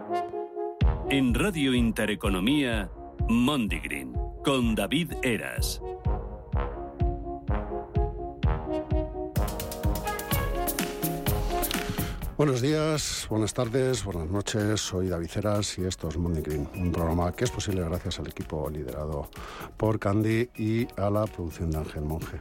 En Radio Intereconomía, Mondigreen, con David Eras. Buenos días, buenas tardes, buenas noches. Soy David Eras y esto es Mondigreen, un programa que es posible gracias al equipo liderado por Candy y a la producción de Ángel Monge.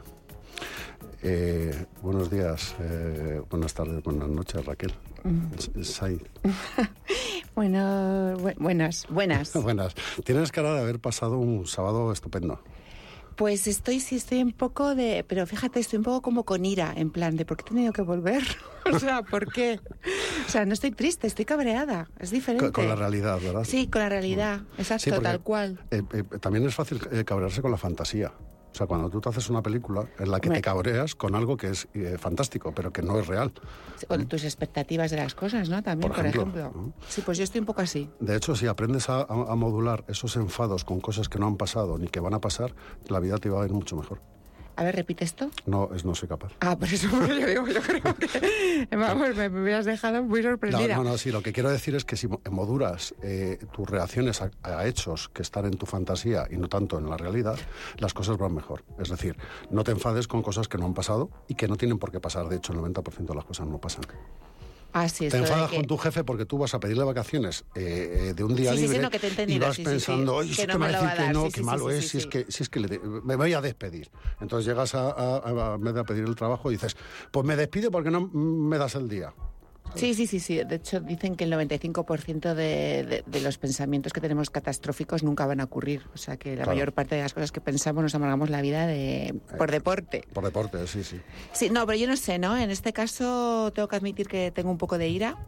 Buenos días, buenas tardes, buenas noches, Raquel. Said. Bueno, buenas. Buenas. Tienes cara de haber pasado un sábado estupendo. Pues estoy un poco de... Pero fíjate, estoy un poco como con ira, en plan de ¿por qué he tenido que volver? O sea, ¿por qué? O sea, no estoy triste, estoy cabreada. Es diferente. Con la realidad, ¿verdad? Sí, con la realidad. Exacto, sí, tal cual. También es fácil cabrearse con la fantasía. O sea, cuando tú te haces una película en la que te cabreas con algo que es fantástico, pero que no es real. O tus expectativas de las cosas, ¿no? También, por ejemplo. ¿No? Sí, pues yo estoy un poco así. De hecho, si aprendes a modular esos enfados con cosas que no han pasado ni que van a pasar, la vida te va a ir mucho mejor. A ver, ¿repite esto? No soy capaz. Ah, por eso yo creo que... Vamos, me hubieras dejado muy sorprendida. No, sí, lo que quiero decir es que si modulas tus reacciones a hechos que están en tu fantasía y no tanto en la realidad, las cosas van mejor. Es decir, no te enfades con cosas que no han pasado y que no tienen por qué pasar. De hecho, el 90% de las cosas no pasan. Ah, sí, te enfadas con tu jefe porque tú vas a pedirle vacaciones de un día libre no, que te y vas pensando, que no me va a decir que no, qué malo es, si es que me voy a despedir. Entonces llegas a vez de pedir el trabajo y dices, pues me despido porque no me das el día. ¿Sabes? Sí. De hecho, dicen que el 95% de los pensamientos que tenemos catastróficos nunca van a ocurrir. O sea, que la mayor parte de las cosas que pensamos nos amargamos la vida por deporte. Por deporte, sí. Sí, no, pero yo no sé, ¿no? En este caso tengo que admitir que tengo un poco de ira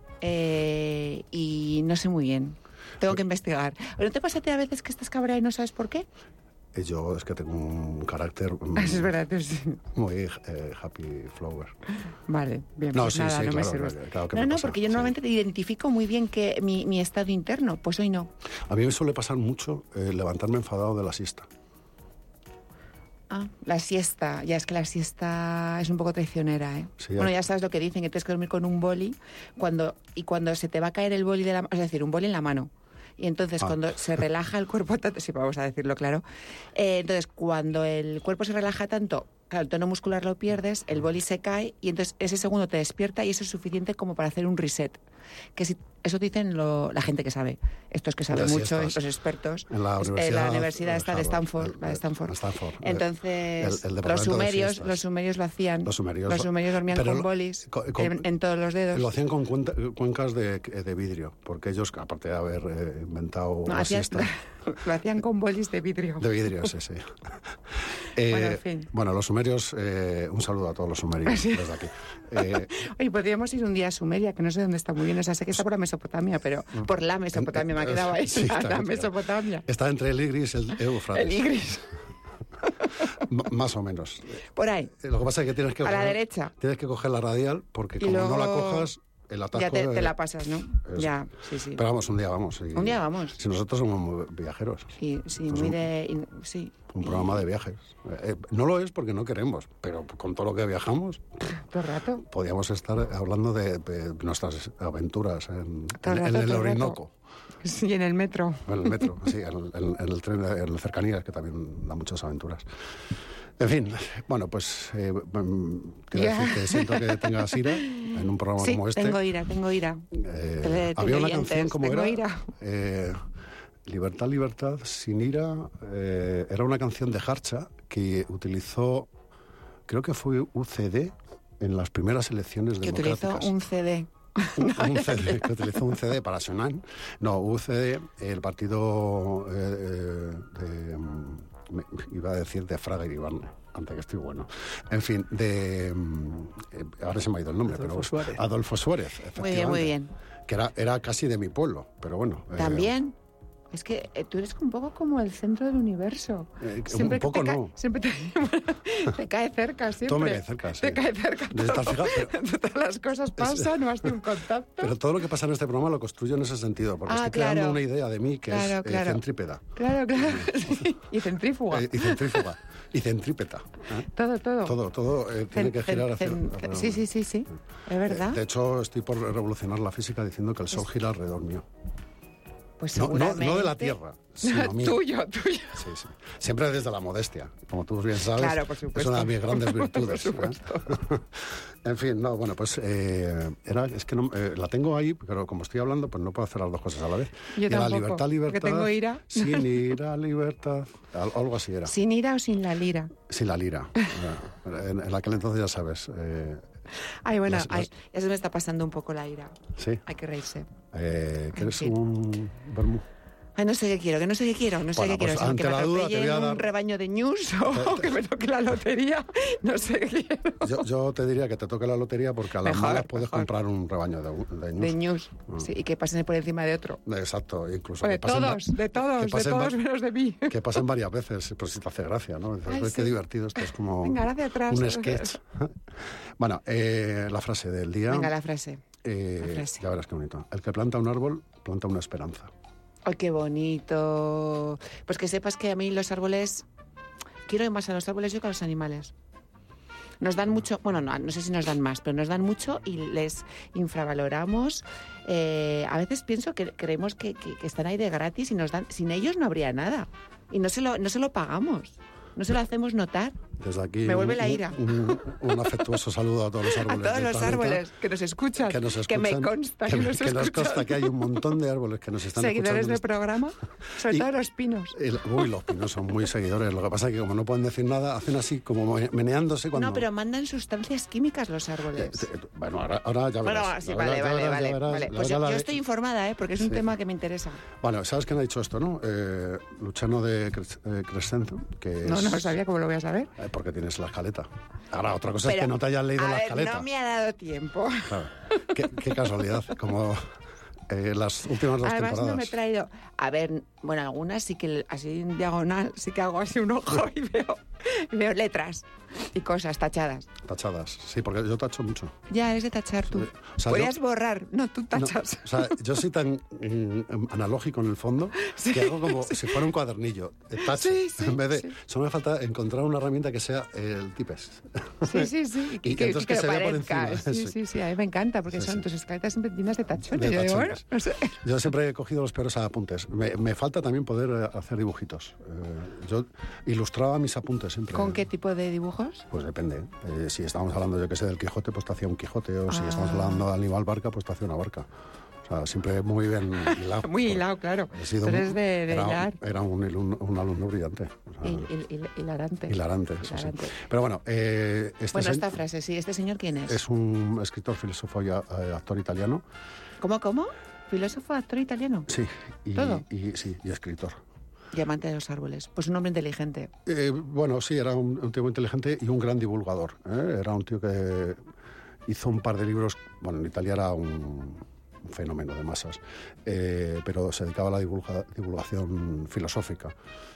y no sé muy bien. Tengo que investigar. ¿No te pasa a ti a veces que estás cabreada y no sabes por qué? Yo es que tengo un carácter es verdad, sí. muy happy flower. Vale, bien, no, pues sí, nada, sí, no claro, me sirve. Claro que no, me pasa, porque yo normalmente identifico muy bien que mi estado interno, pues hoy no. A mí me suele pasar mucho levantarme enfadado de la siesta. Ah, la siesta. Ya es que la siesta es un poco traicionera, ¿eh? Sí, bueno, ya sabes lo que dicen, que tienes que dormir con un boli cuando se te va a caer el boli de la mano, es decir, un boli en la mano. Y entonces cuando se relaja el cuerpo tanto, sí, vamos a decirlo claro, entonces cuando el cuerpo se relaja tanto, claro, el tono muscular lo pierdes, el boli se cae y entonces ese segundo te despierta y eso es suficiente como para hacer un reset. Que si, eso dicen la gente que sabe, estos que saben mucho, estos expertos. En la universidad está de Stanford. Entonces, los sumerios lo hacían. Los sumerios dormían con bolis en todos los dedos. Lo hacían con cuencas de vidrio, porque ellos, aparte de haber inventado la siesta... Lo hacían con bolis de vidrio. De vidrio, sí. Bueno, en fin. Bueno, los sumerios, un saludo a todos los sumerios desde aquí. Oye, podríamos ir un día a Sumeria, que no sé dónde está muy bien. O sea, sé que está por la Mesopotamia, pero por la Mesopotamia me ha quedado ahí. Sí, la Mesopotamia. Está entre el Igris y el Éufrates. El Igris. Más o menos. Por ahí. Lo que pasa es que tienes que... A la derecha. Tienes que coger la radial, porque como luego... no la cojas... El atasco ya te la pasas, ¿no? Eso. Ya, sí. Pero vamos, un día vamos. Un día vamos. Si nosotros somos muy viajeros. Sí, muy de... Sí. Un programa de viajes. No lo es porque no queremos, pero con todo lo que viajamos... Todo el rato. Podríamos estar hablando de nuestras aventuras en el Orinoco. Sí, en el metro. En el metro, sí, en el tren, en el Cercanías, que también da muchas aventuras. En fin, bueno, pues quiero decir que siento que tengas ira en un programa como este. Tengo ira. Había una canción como tengo era Libertad, sin ira. Era una canción de Harcha que utilizó, creo que fue UCD en las primeras elecciones democráticas. Que utilizó un CD. Que utilizó un CD para sonar. No, UCD, el partido iba a decir de Fraga y Iván, antes que estoy bueno. En fin, ahora se me ha ido el nombre, Adolfo Suárez, efectivamente. Muy bien. Que era casi de mi pueblo, pero bueno. También. Es que tú eres un poco como el centro del universo. Siempre un poco no. Siempre te cae cerca, siempre. Todo me cae cerca, sí. Te cae cerca. Todas las cosas pasan, no has tenido un contacto. Pero todo lo que pasa en este programa lo construyo en ese sentido, porque estoy creando una idea de mí que es centrípeda. Claro. Sí. Y centrífuga. Y centrípeta. Todo tiene que girar hacia... Sí, es verdad. De hecho, estoy por revolucionar la física diciendo que el Sol gira alrededor mío. Pues No, seguramente... no de la tierra, sino mío. Tuyo. Sí. Siempre desde la modestia, como tú bien sabes. Claro, por supuesto. Es una de mis grandes virtudes. Por supuesto. En fin, no, bueno, pues es que no, la tengo ahí, pero como estoy hablando, pues no puedo hacer las dos cosas a la vez. Yo y tampoco, la libertad, porque tengo ira. Sin ira, libertad, algo así era. ¿Sin ira o sin la lira? Sin la lira. En aquel entonces ya sabes. Ay, bueno, ya se me está pasando un poco la ira. Sí. Hay que reírse. Que eres un vermú. Ay, no sé qué quiero, no sé qué quiero. Pues Si que me atropellen un rebaño de news o que me toque la lotería, no sé qué quiero. Yo te diría que te toque la lotería porque a las malas puedes comprar un rebaño de news. De news, sí, y que pasen por encima de otro. Exacto, incluso. De todos menos de mí. Que pasen varias veces, pues si te hace gracia, ¿no? Dices, Ay, qué divertido, esto es como Venga, hacia atrás. un sketch. Bueno, la frase del día. Venga, la frase. Ya verás qué bonito. El que planta un árbol, planta una esperanza. ¡Ay, qué bonito! Pues que sepas que a mí los árboles... Quiero más a los árboles yo que a los animales. Nos dan mucho... Bueno, no sé si nos dan más, pero nos dan mucho y les infravaloramos. A veces pienso que creemos que están ahí de gratis y nos dan... Sin ellos no habría nada. Y no se lo pagamos. No se lo hacemos notar. Desde aquí me vuelve la ira. Un afectuoso saludo a todos los árboles. A todos los árboles que nos escuchan. Que me consta que nos escuchan. Que nos consta que hay un montón de árboles que nos están seguidores escuchando. Seguidores del programa, sobre todo los pinos. Los pinos son muy seguidores. Lo que pasa es que como no pueden decir nada, hacen así como meneándose cuando... No, pero mandan sustancias químicas los árboles. Bueno, ahora ya verás. Bueno, sí, vale. Pues yo estoy informada, porque es un tema que me interesa. Bueno, ¿sabes quién ha dicho esto, no? Luciano de Crescenzo, que es... No sabía cómo lo voy a saber. Porque tienes la escaleta. Ahora, otra cosa es que no te hayas leído la escaleta. No me ha dado tiempo. Claro. Qué casualidad. Como las últimas dos Además, temporadas. no me he traído... A ver, bueno, algunas sí que así en diagonal, sí que hago así un ojo y veo letras y cosas tachadas. Tachadas, sí, porque yo tacho mucho. Ya, eres de tachar tú. O sea, podrías borrar, no, tú tachas. No, o sea, yo soy tan analógico en el fondo que hago como si fuera un cuadernillo. Tacho. Sí, en vez de... Solo me falta encontrar una herramienta que sea el tipes. Sí. Y que entonces que se vea por encima. Sí, a mí me encanta, porque son tus escaletas siempre llenas de tachones. De tachones. No sé. Yo siempre he cogido los peores apuntes. Me falta también poder hacer dibujitos. Yo ilustraba mis apuntes siempre. ¿Con qué tipo de dibujos? Pues depende. Si estamos hablando, yo que sé, del Quijote, pues te hacía un Quijote. O si estamos hablando de Aníbal Barca, pues te hacía una barca. O sea, siempre muy bien hilado. Muy hilado, claro. Tú eres de hilar. Era un alumno brillante. O sea, hilarante. Hilarante, eso sí. Pero bueno... esta frase, sí. ¿Este señor quién es? Es un escritor, filósofo y actor italiano. ¿Cómo? ¿Filósofo, actor italiano? Sí. ¿Todo? Y escritor. Y amante de los árboles. Pues un hombre inteligente. Bueno, sí, era un tío muy inteligente y un gran divulgador. Era un tío que hizo un par de libros... Bueno, en Italia era un fenómeno de masas, pero se dedicaba a la divulgación filosófica.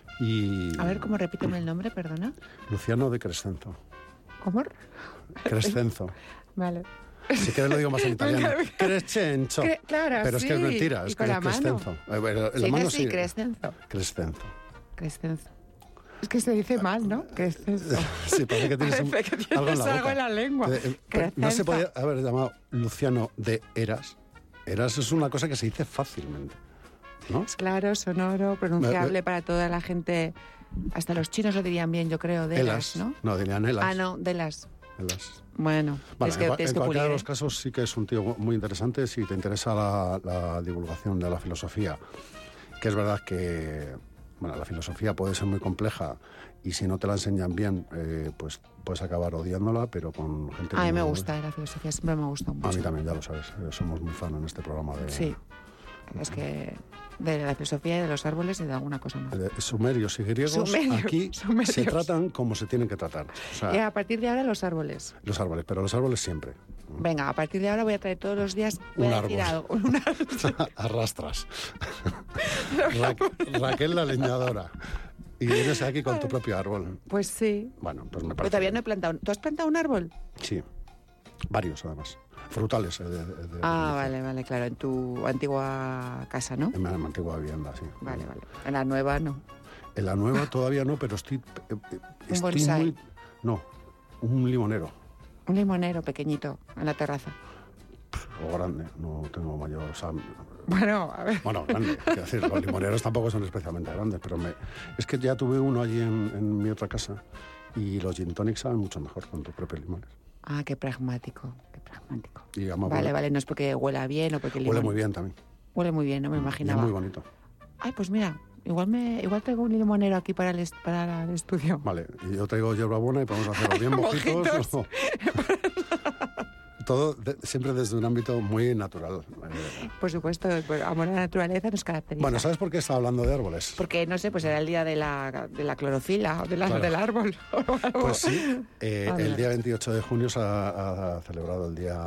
A ver, ¿cómo repíteme el nombre, perdona? Luciano de Crescenzo. ¿Cómo? Crescenzo. Vale. Si quieres lo digo más en italiano. Crescenzo. Claro, pero es que es mentira, es que es Crescenzo. La mano sí, Crescenzo. Crescenzo. Es que se dice mal, ¿no? Crescenzo. Sí, parece que tienes algo en la lengua. No se podía haber llamado Luciano de Eras. Eras es una cosa que se dice fácilmente, ¿no? Es claro, sonoro, pronunciable para toda la gente. Hasta los chinos lo dirían bien, yo creo, de Elas, ¿no? No, dirían Elas. Ah, no, de las. Elas. Bueno, es que en cualquiera de los casos sí que es un tío muy interesante si te interesa la divulgación de la filosofía, que es verdad que la filosofía puede ser muy compleja y si no te la enseñan bien, pues puedes acabar odiándola, pero con gente... A mí me gusta la filosofía, siempre me ha gustado mucho. A mí también, ya lo sabes, somos muy fan en este programa de... Sí, es que de la filosofía y de los árboles y de alguna cosa más. Sumerios y griegos aquí se tratan como se tienen que tratar. O sea, y a partir de ahora los árboles. Los árboles, pero los árboles siempre. Venga, a partir de ahora voy a traer todos los días un árbol. Arrastras. Raquel la leñadora. Y vienes aquí con tu propio árbol. Pues sí. Bueno, pues me parece... Pero todavía no he plantado... ¿Tú has plantado un árbol? Sí. Varios, además. Frutales. Vale, claro. En tu antigua casa, ¿no? En mi antigua vivienda, sí. Vale. En la nueva, no. En la nueva todavía no, pero estoy bonsái. No, un limonero. Un limonero pequeñito en la terraza. O grande, no tengo mayor... O sea, Bueno, a ver. bueno, grande. Quiero decir, los limoneros tampoco son especialmente grandes, pero es que ya tuve uno allí en mi otra casa y los gin tonics saben mucho mejor con tus propios limones. Ah, qué pragmático, qué pragmático. Y además, Vale, no es porque huela bien o porque el limón... Huele muy bien también. Huele muy bien, no me imaginaba. Y es muy bonito. Ay, pues mira, igual traigo un limonero aquí para el estudio. Vale, y yo traigo hierbabuena y podemos hacerlo bien mojitos. No. Todo siempre desde un ámbito muy natural. Por supuesto, pues, amor a la naturaleza nos caracteriza. Bueno, ¿sabes por qué estaba hablando de árboles? Porque, no sé, pues era el día de la clorofila o Claro. del árbol. O algo. Pues sí, el día 28 de junio se ha celebrado el Día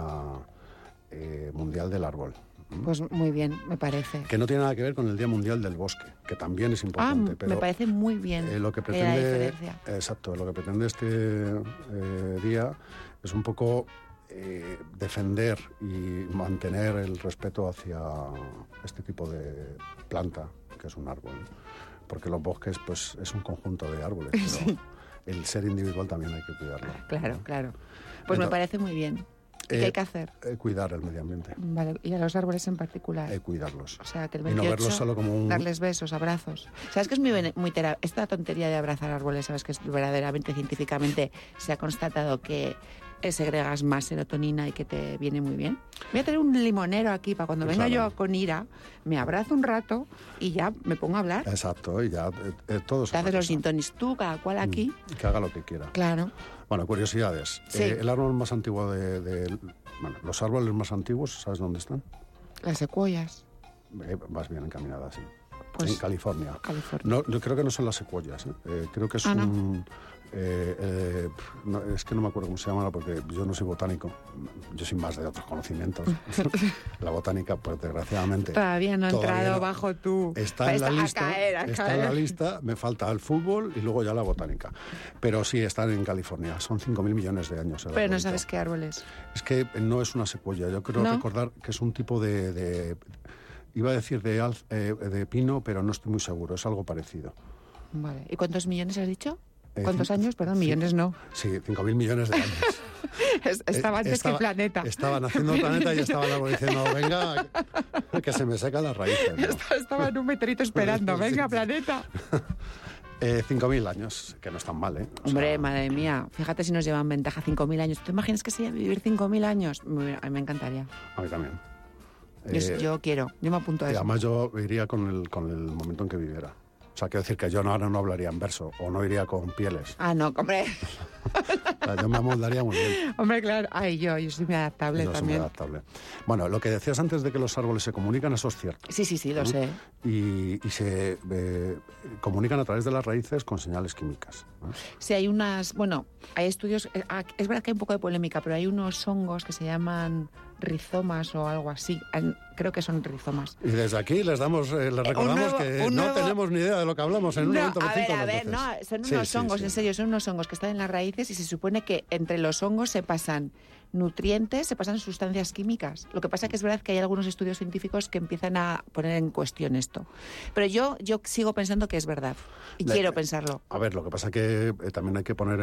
Mundial del Árbol. Pues muy bien, me parece. Que no tiene nada que ver con el Día Mundial del Bosque, que también es importante. Pero me parece muy bien lo que que haya pretende, diferencia. exacto, lo que pretende este día es un poco defender y mantener el respeto hacia este tipo de planta, que es un árbol. Porque los bosques, pues, es un conjunto de árboles, pero Sí. el ser individual también hay que cuidarlo. Claro. Pues Entonces, me parece muy bien. ¿Y qué hay que hacer? Cuidar el medio ambiente. Vale, y a los árboles en particular. Cuidarlos. O sea, que el Y no 28, verlos solo como un... darles besos, abrazos. ¿Sabes que es muy esta tontería de abrazar árboles? ¿Sabes que es verdaderamente, científicamente, se ha constatado que segregas más serotonina y que te viene muy bien? Voy a tener un limonero aquí para cuando venga Claro. yo con ira, me abrazo un rato y ya me pongo a hablar. Exacto, y ya todos... Te haces los gin tonics tú, cada cual aquí. Que haga lo que quiera. Claro. Bueno, curiosidades. Sí. El árbol más antiguo bueno, los árboles más antiguos, ¿sabes dónde están? Las secuoyas. Vas bien encaminada, sí. Pues, en California. California. No, yo creo que no son las secuoyas. Creo que es Ah, ¿no? un... no, es que no me acuerdo cómo se llama porque yo no soy botánico. Yo soy más de otros conocimientos. La botánica, pues desgraciadamente... Todavía no ha todavía entrado no. bajo tu... Está en la lista. A Está en la lista. Me falta el fútbol y luego ya la botánica. Pero sí, están en California. Son 5.000 millones de años. Pero no sabes qué árboles. Es que no es una secuoya. Yo creo ¿No? recordar que es un tipo de iba a decir de pino, pero no estoy muy seguro. Es algo parecido. Vale. ¿Y cuántos millones has dicho? Eh, ¿Cuántos cin- años? Perdón, millones no. Sí, 5.000 millones de años. Estaba antes que el planeta. Estaban haciendo el planeta y estaba el árbol diciendo, venga, que se me secan las raíces. ¿no? Estaba en un meteorito esperando. Sí, Venga, sí. planeta. 5.000 años, que no están mal, ¿eh? O Hombre, sea, madre mía. Fíjate si nos llevan ventaja 5.000 años. ¿Te imaginas que sería vivir 5.000 años? A mí me encantaría. a mí también. Yo quiero. Yo me apunto a Y eso. además yo iría con el momento en que viviera. O sea, quiero decir que yo ahora no hablaría en verso o no iría con pieles. Ah, no, hombre. O sea, yo me amoldaría muy bien. Hombre, claro. Ay, yo soy muy adaptable Yo soy muy también. adaptable. Bueno, lo que decías antes de que los árboles se comunican, eso es cierto. Sí, lo sé. Y se comunican a través de las raíces con señales químicas, ¿no? Sí, hay hay estudios, es verdad que hay un poco de polémica, pero hay unos hongos que se llaman rizomas o algo así. Creo que son rizomas. Y desde aquí les recordamos que no tenemos ni idea de lo que hablamos en un 90% a de ver, las no, veces. son Sí, unos sí, hongos, sí. en serio, son unos hongos que están en las raíces y se supone que entre los hongos se pasan nutrientes, se pasan sustancias químicas. Lo que pasa que es verdad que hay algunos estudios científicos que empiezan a poner en cuestión esto. Pero yo sigo pensando que es verdad y quiero pensarlo. A ver, lo que pasa que también hay que poner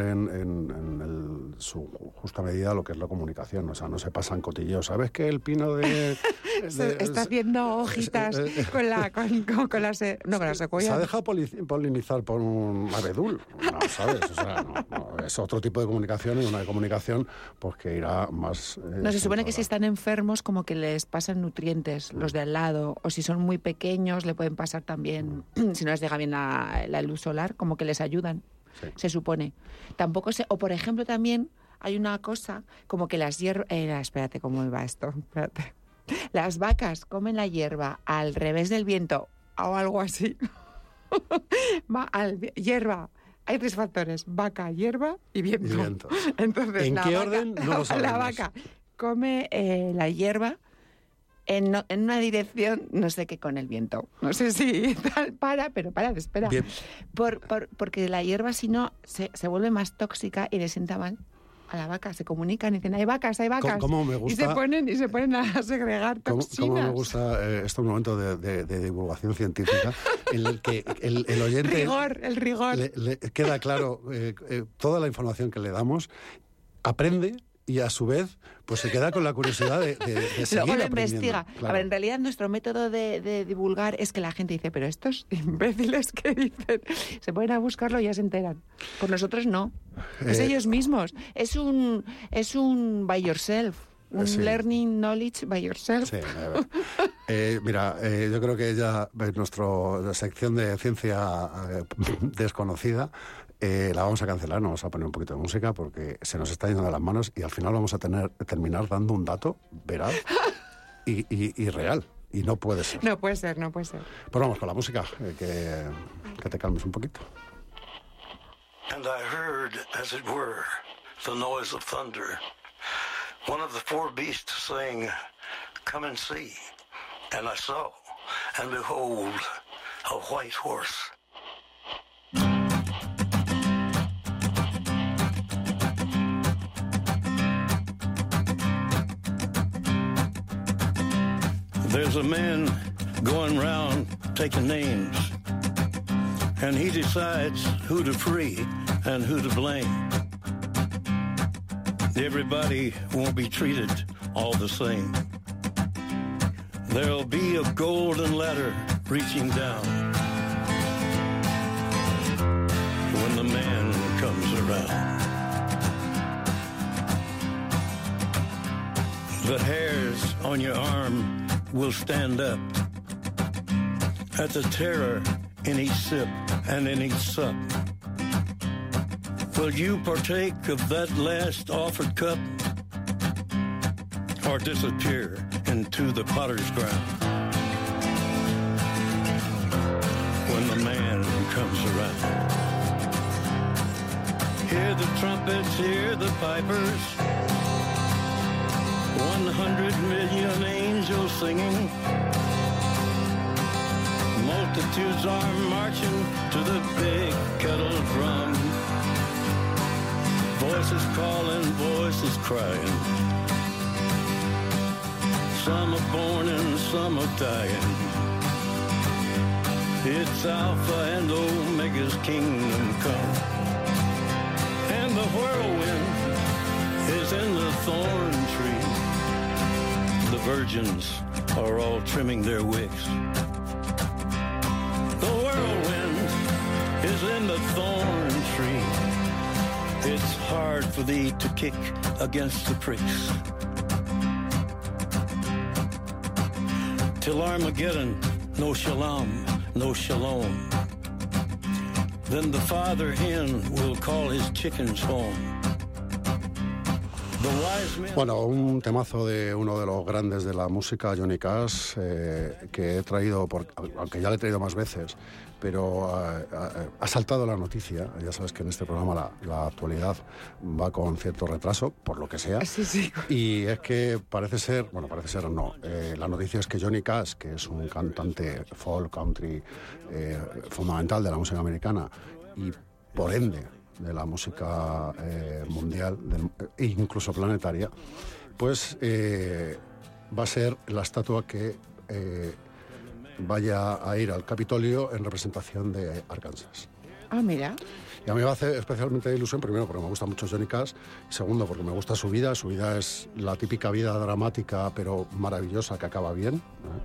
en su justa medida lo que es la comunicación. O sea, no se pasan cotilleos. ¿Sabes que el pino Está haciendo hojitas con la secuoya. Se ha dejado polinizar por un abedul. No, ¿sabes? O sea, no, es otro tipo de comunicación y una comunicación pues que irá más... No, se supone que si centrada. están enfermos como que les pasan nutrientes los de al lado, o si son muy pequeños le pueden pasar también, si no les llega bien la luz solar, como que les ayudan, Sí. se supone. Tampoco sé, o por ejemplo también hay una cosa como que las hierbas... espérate, ¿cómo va esto? Espérate. Las vacas comen la hierba al revés del viento o algo así. Hierba. Hay 3 factores: vaca, hierba y viento. Y viento. Entonces, ¿En la qué vaca- orden? No lo sabemos. La vaca come la hierba en una dirección, no sé qué, con el viento. No sé si tal, espera. Bien. Porque la hierba, si no, se vuelve más tóxica y le sienta mal a la vaca. Se comunican y dicen, hay vacas. ¿Cómo me gusta? Y se ponen a segregar toxinas. ¿Cómo me gusta esto un momento de divulgación científica en el que el oyente... El rigor. Le queda claro toda la información que le damos, aprende y a su vez pues se queda con la curiosidad de seguir luego lo aprendiendo. investiga. Claro. A ver, en realidad nuestro método de divulgar es que la gente dice, pero estos imbéciles que dicen, se ponen a buscarlo y ya se enteran. Por nosotros no. Es ellos mismos. Es un by yourself. Un sí. learning knowledge by yourself. Sí, mira, yo creo que ya nuestra sección de ciencia desconocida la vamos a cancelar, nos vamos a poner un poquito de música porque se nos está yendo de las manos y al final vamos a terminar dando un dato veraz y real. Y no puede ser. No puede ser, no puede ser. Pues vamos con la música, que te calmes un poquito. And I heard, as it were, the noise of thunder. One of the four beasts saying, "Come and see." And I saw, and behold, a white horse. There's a man going round taking names, and he decides who to free and who to blame. Everybody won't be treated all the same. There'll be a golden ladder reaching down when the man comes around. The hairs on your arm will stand up at the terror in each sip and in each sup. Will you partake of that last offered cup or disappear into the potter's ground when the man comes around? Hear the trumpets, hear the pipers, 100 million angels singing. Multitudes are marching to the big kettle drum. Voices calling, voices crying. Some are born and some are dying. It's Alpha and Omega's kingdom come. And the whirlwind is in the thorn tree. The virgins are all trimming their wicks. The whirlwind is in the thorn tree. It's hard for thee to kick against the pricks. Till Armageddon, no shalom, no shalom. Then the father hen will call his chickens home. Bueno, un temazo de uno de los grandes de la música, Johnny Cash, que he traído, aunque ya le he traído más veces, pero ha saltado la noticia. Ya sabes que en este programa la actualidad va con cierto retraso, por lo que sea. Sí, sí. Y es que la noticia es que Johnny Cash, que es un cantante folk country fundamental de la música americana y por ende de la música mundial e incluso planetaria, pues va a ser la estatua que vaya a ir al Capitolio en representación de Arkansas. Ah, mira. Y a mí me hace especialmente ilusión, primero porque me gusta mucho Johnny Cash, y segundo porque me gusta su vida. Su vida es la típica vida dramática pero maravillosa que acaba bien,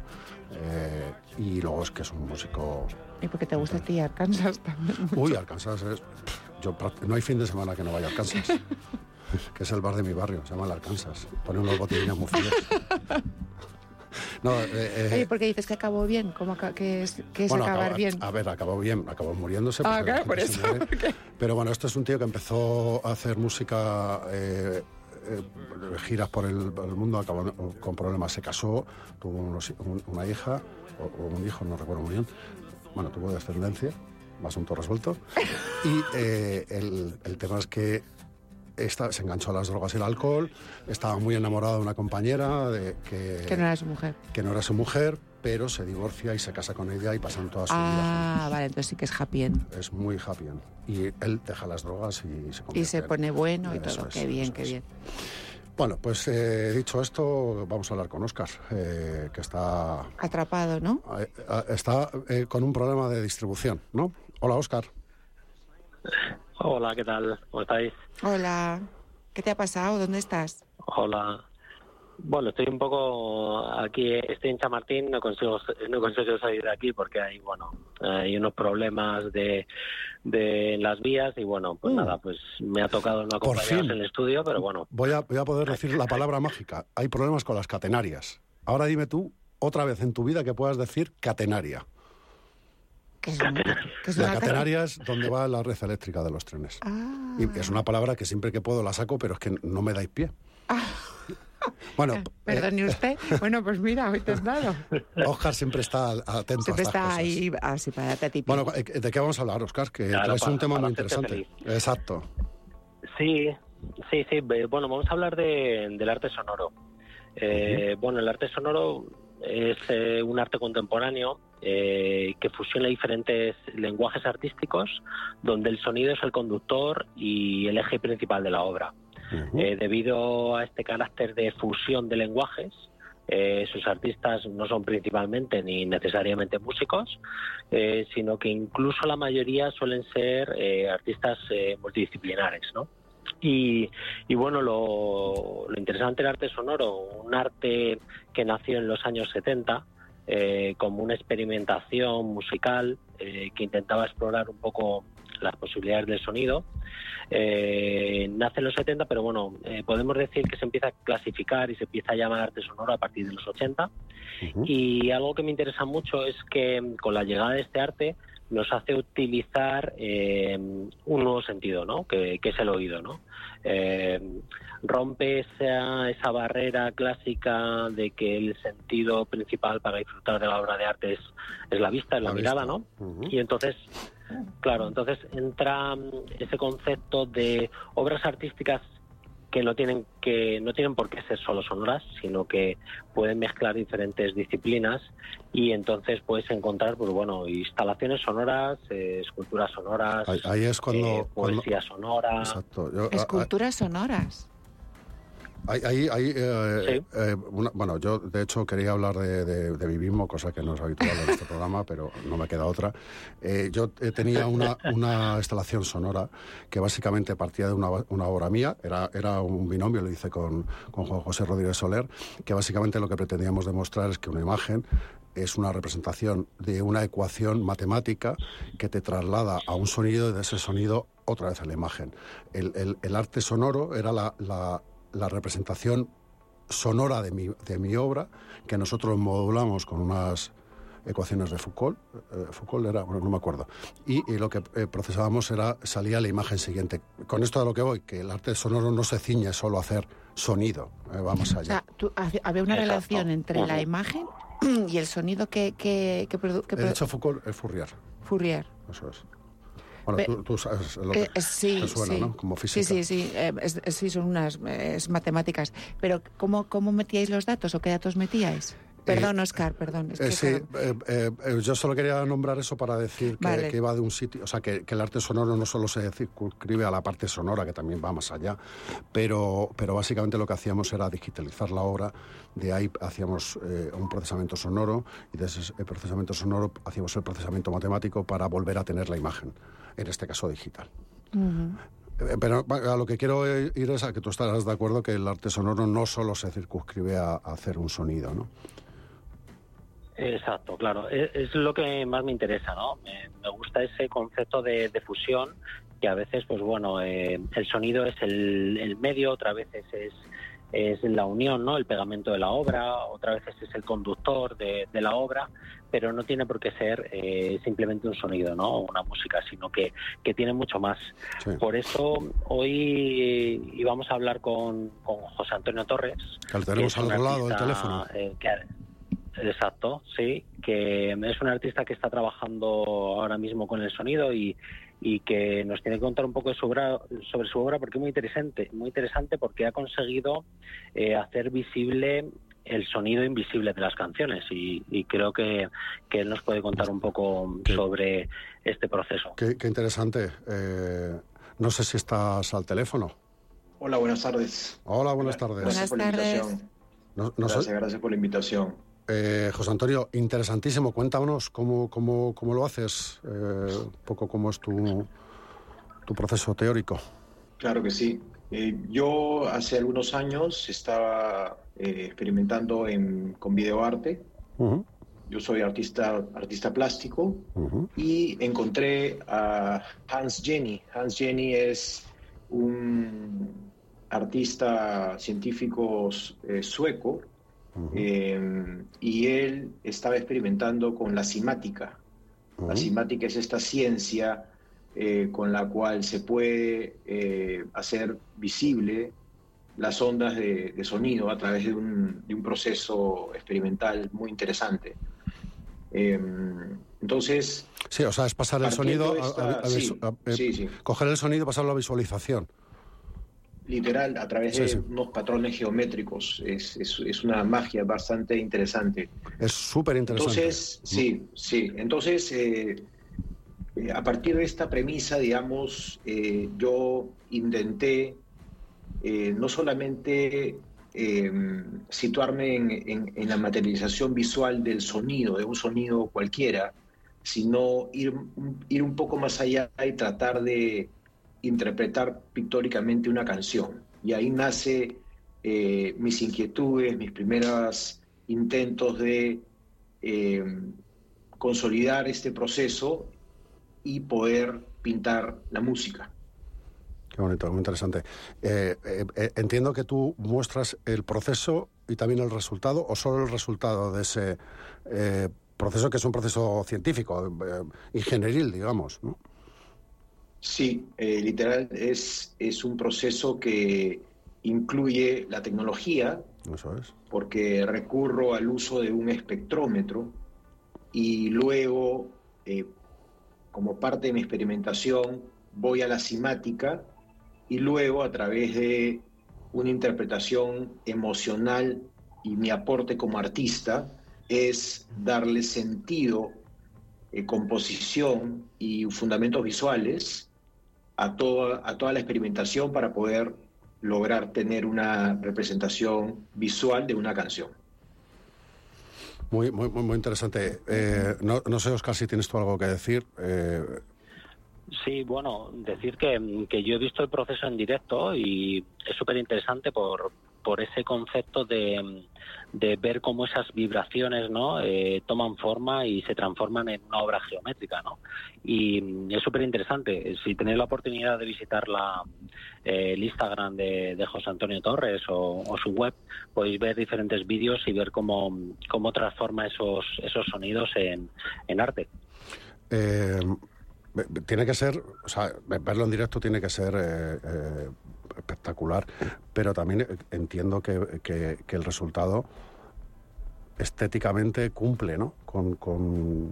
y luego es que es un músico... ¿Y por qué te gusta a ti Arkansas también? Uy, Arkansas es... no hay fin de semana que no vaya a Arkansas, que es el bar de mi barrio, se llama el Arkansas. Pone unos botellines muy fríos. No, Oye, ¿por qué dices que acabó bien? ¿Cómo que es bueno, acabar bien? A ver, acabó bien, acabó muriéndose. Ah, claro, por eso. Pero bueno, este es un tío que empezó a hacer música, giras por el mundo, acabó con problemas. Se casó, tuvo una hija, o un hijo, no recuerdo muy bien. Bueno, tuvo descendencia, asunto resuelto. Y el tema es que se enganchó a las drogas y el alcohol, estaba muy enamorado de una compañera que no era su mujer. Que no era su mujer, pero se divorcia y se casa con ella y pasan toda su vida. Ah, vale, entonces sí que es happy end. Es muy happy end. Y él deja las drogas y se convierte. Y se pone bueno y todo. Es, qué bien, qué bien. Bueno, pues dicho esto, vamos a hablar con Óscar, que está... Atrapado, ¿no? Está con un problema de distribución, ¿no? Hola, Óscar. Hola, ¿qué tal? ¿Cómo estáis? Hola. ¿Qué te ha pasado? ¿Dónde estás? Hola. Bueno, estoy un poco aquí, estoy en Chamartín, no consigo salir de aquí porque hay, hay unos problemas de las vías y pues nada, pues me ha tocado no acompañaros en el estudio, pero bueno. Voy a poder decir la palabra mágica. Hay problemas con las catenarias. Ahora dime tú, otra vez en tu vida, que puedas decir catenaria. La catenaria es donde va la red eléctrica de los trenes. Y es una palabra que siempre que puedo la saco, pero es que no me dais pie. Bueno, perdone usted. Bueno, pues mira, hoy te has dado. Óscar siempre está atento siempre a estas cosas. Siempre está ahí, así para darte a ti. Bueno, ¿de qué vamos a hablar, Óscar? Que es un tema muy interesante. Exacto. Sí. Bueno, vamos a hablar del arte sonoro. Bueno, el arte sonoro es un arte contemporáneo que fusiona diferentes lenguajes artísticos donde el sonido es el conductor y el eje principal de la obra. Debido a este carácter de fusión de lenguajes, sus artistas no son principalmente ni necesariamente músicos, sino que incluso la mayoría suelen ser artistas multidisciplinares, ¿no? Y bueno, lo interesante del arte sonoro, un arte que nació en los años 70 como una experimentación musical que intentaba explorar un poco las posibilidades del sonido. Nace en los 70, pero bueno, podemos decir que se empieza a clasificar y se empieza a llamar arte sonoro a partir de los 80. Y algo que me interesa mucho es que con la llegada de este arte nos hace utilizar un nuevo sentido, ¿no? Que es el oído, ¿no? Rompe esa barrera clásica de que el sentido principal para disfrutar de la obra de arte es la vista, es la mirada, ¿no? Y entonces, claro, entra ese concepto de obras artísticas que no tienen por qué ser solo sonoras, sino que pueden mezclar diferentes disciplinas y entonces puedes encontrar, instalaciones sonoras, esculturas sonoras, ahí es cuando poesía sonora. Exacto. Esculturas sonoras. Yo de hecho quería hablar de mí mismo, cosa que no es habitual en este programa, pero no me queda otra. Yo tenía una instalación sonora que básicamente partía de una obra mía, era un binomio, lo hice con Juan José Rodríguez Soler, que básicamente lo que pretendíamos demostrar es que una imagen es una representación de una ecuación matemática que te traslada a un sonido y de ese sonido otra vez a la imagen. El arte sonoro era la representación sonora de mi obra, que nosotros modulamos con unas ecuaciones de Foucault. Foucault era, no me acuerdo. Y lo que procesábamos salía la imagen siguiente. Con esto a lo que voy, que el arte sonoro no se ciñe solo a hacer sonido, vamos allá. O sea, había una relación entre la imagen y el sonido que de hecho, Foucault es Fourier. Fourier. Eso es. Bueno, tú sabes lo que te suena, ¿no? Como física. Sí, son unas matemáticas. Pero ¿cómo metíais los datos o qué datos metíais? Perdón, Óscar, perdón. Yo solo quería nombrar eso para decir que iba de un sitio, o sea, que el arte sonoro no solo se circunscribe a la parte sonora, que también va más allá, pero básicamente lo que hacíamos era digitalizar la obra, de ahí hacíamos un procesamiento sonoro, y de ese procesamiento sonoro hacíamos el procesamiento matemático para volver a tener la imagen, en este caso digital. Pero a lo que quiero ir es a que tú estarás de acuerdo que el arte sonoro no solo se circunscribe a hacer un sonido, ¿no? Exacto, claro. Es lo que más me interesa, ¿no? Me gusta ese concepto de fusión, que a veces, el sonido es el medio, otras veces es la unión, ¿no? El pegamento de la obra, otras veces es el conductor de la obra, pero no tiene por qué ser simplemente un sonido, ¿no? Una música, sino que tiene mucho más. Sí. Por eso hoy íbamos a hablar con José Antonio Torres. Que lo tenemos al otro lado del teléfono. Exacto, sí, que es un artista que está trabajando ahora mismo con el sonido y que nos tiene que contar un poco sobre su obra, porque es muy interesante porque ha conseguido hacer visible el sonido invisible de las canciones y creo que él nos puede contar un poco sobre este proceso. Qué interesante. No sé si estás al teléfono. Hola, buenas tardes. Hola, buenas tardes. Buenas tardes. Gracias por la invitación. José Antonio, interesantísimo. Cuéntanos cómo lo haces, un poco cómo es tu proceso teórico. Claro que sí. Yo hace algunos años estaba experimentando con videoarte. Uh-huh. Yo soy artista plástico. Uh-huh. Y encontré a Hans Jenny. Hans Jenny es un artista científico sueco. Uh-huh. Y él estaba experimentando con la cimática. Uh-huh. La cimática es esta ciencia con la cual se puede hacer visible las ondas de sonido a través de un proceso experimental muy interesante. Entonces... Sí, o sea, es pasar el sonido sí. Coger el sonido y pasarlo a visualización. Literal, a través de unos patrones geométricos. Es una magia bastante interesante. Es súper interesante. Entonces, sí. Entonces, a partir de esta premisa, digamos, yo intenté no solamente situarme en la materialización visual del sonido, de un sonido cualquiera, sino ir un poco más allá y tratar de interpretar pictóricamente una canción. Y ahí nace mis inquietudes, mis primeros intentos de consolidar este proceso y poder pintar la música. Qué bonito, muy interesante. Entiendo que tú muestras el proceso y también el resultado, o solo el resultado de ese proceso, que es un proceso científico, ingenieril, digamos, ¿no? Sí, literal, es un proceso que incluye la tecnología. Eso es. Porque recurro al uso de un espectrómetro y luego, como parte de mi experimentación, voy a la cimática y luego, a través de una interpretación emocional y mi aporte como artista, es darle sentido, composición y fundamentos visuales a toda la experimentación para poder lograr tener una representación visual de una canción. Muy interesante. No sé, Óscar, si tienes tú algo que decir. Sí, bueno, decir que yo he visto el proceso en directo y es súper interesante por ese concepto de ver cómo esas vibraciones, ¿no?, toman forma y se transforman en una obra geométrica, ¿no? Y es súper interesante. Si tenéis la oportunidad de visitar el Instagram de José Antonio Torres o su web, podéis ver diferentes vídeos y ver cómo transforma esos sonidos en arte. Tiene que ser, o sea, verlo en directo tiene que ser espectacular, pero también entiendo que el resultado estéticamente cumple, ¿no?, con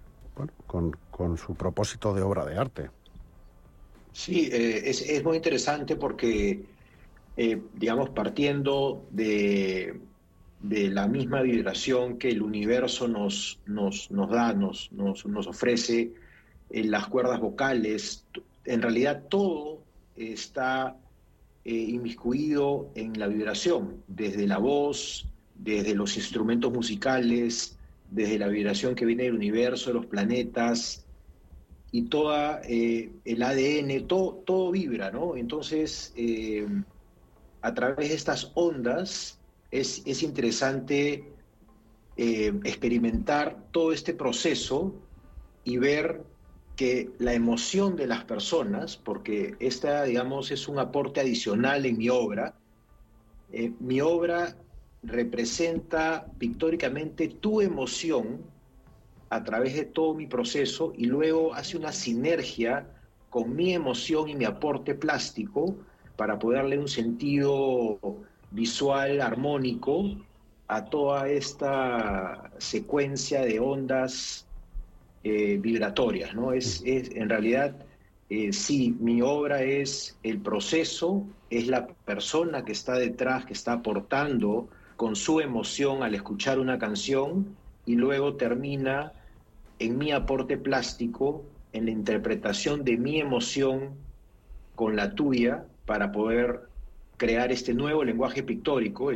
su propósito de obra de arte. Sí, es muy interesante porque, digamos, partiendo de la misma vibración que el universo nos da, nos ofrece, las cuerdas vocales, en realidad todo está inmiscuido en la vibración, desde la voz, desde los instrumentos musicales, desde la vibración que viene del universo, de los planetas, y toda el ADN, todo vibra, ¿no? Entonces, a través de estas ondas es interesante experimentar todo este proceso y ver que la emoción de las personas, porque esta, digamos, es un aporte adicional en mi obra representa pictóricamente tu emoción a través de todo mi proceso y luego hace una sinergia con mi emoción y mi aporte plástico para poder darle un sentido visual armónico a toda esta secuencia de ondas vibratorias, ¿no? En realidad, sí, mi obra es el proceso, es la persona que está detrás, que está aportando con su emoción al escuchar una canción y luego termina en mi aporte plástico, en la interpretación de mi emoción con la tuya para poder crear este nuevo lenguaje pictórico.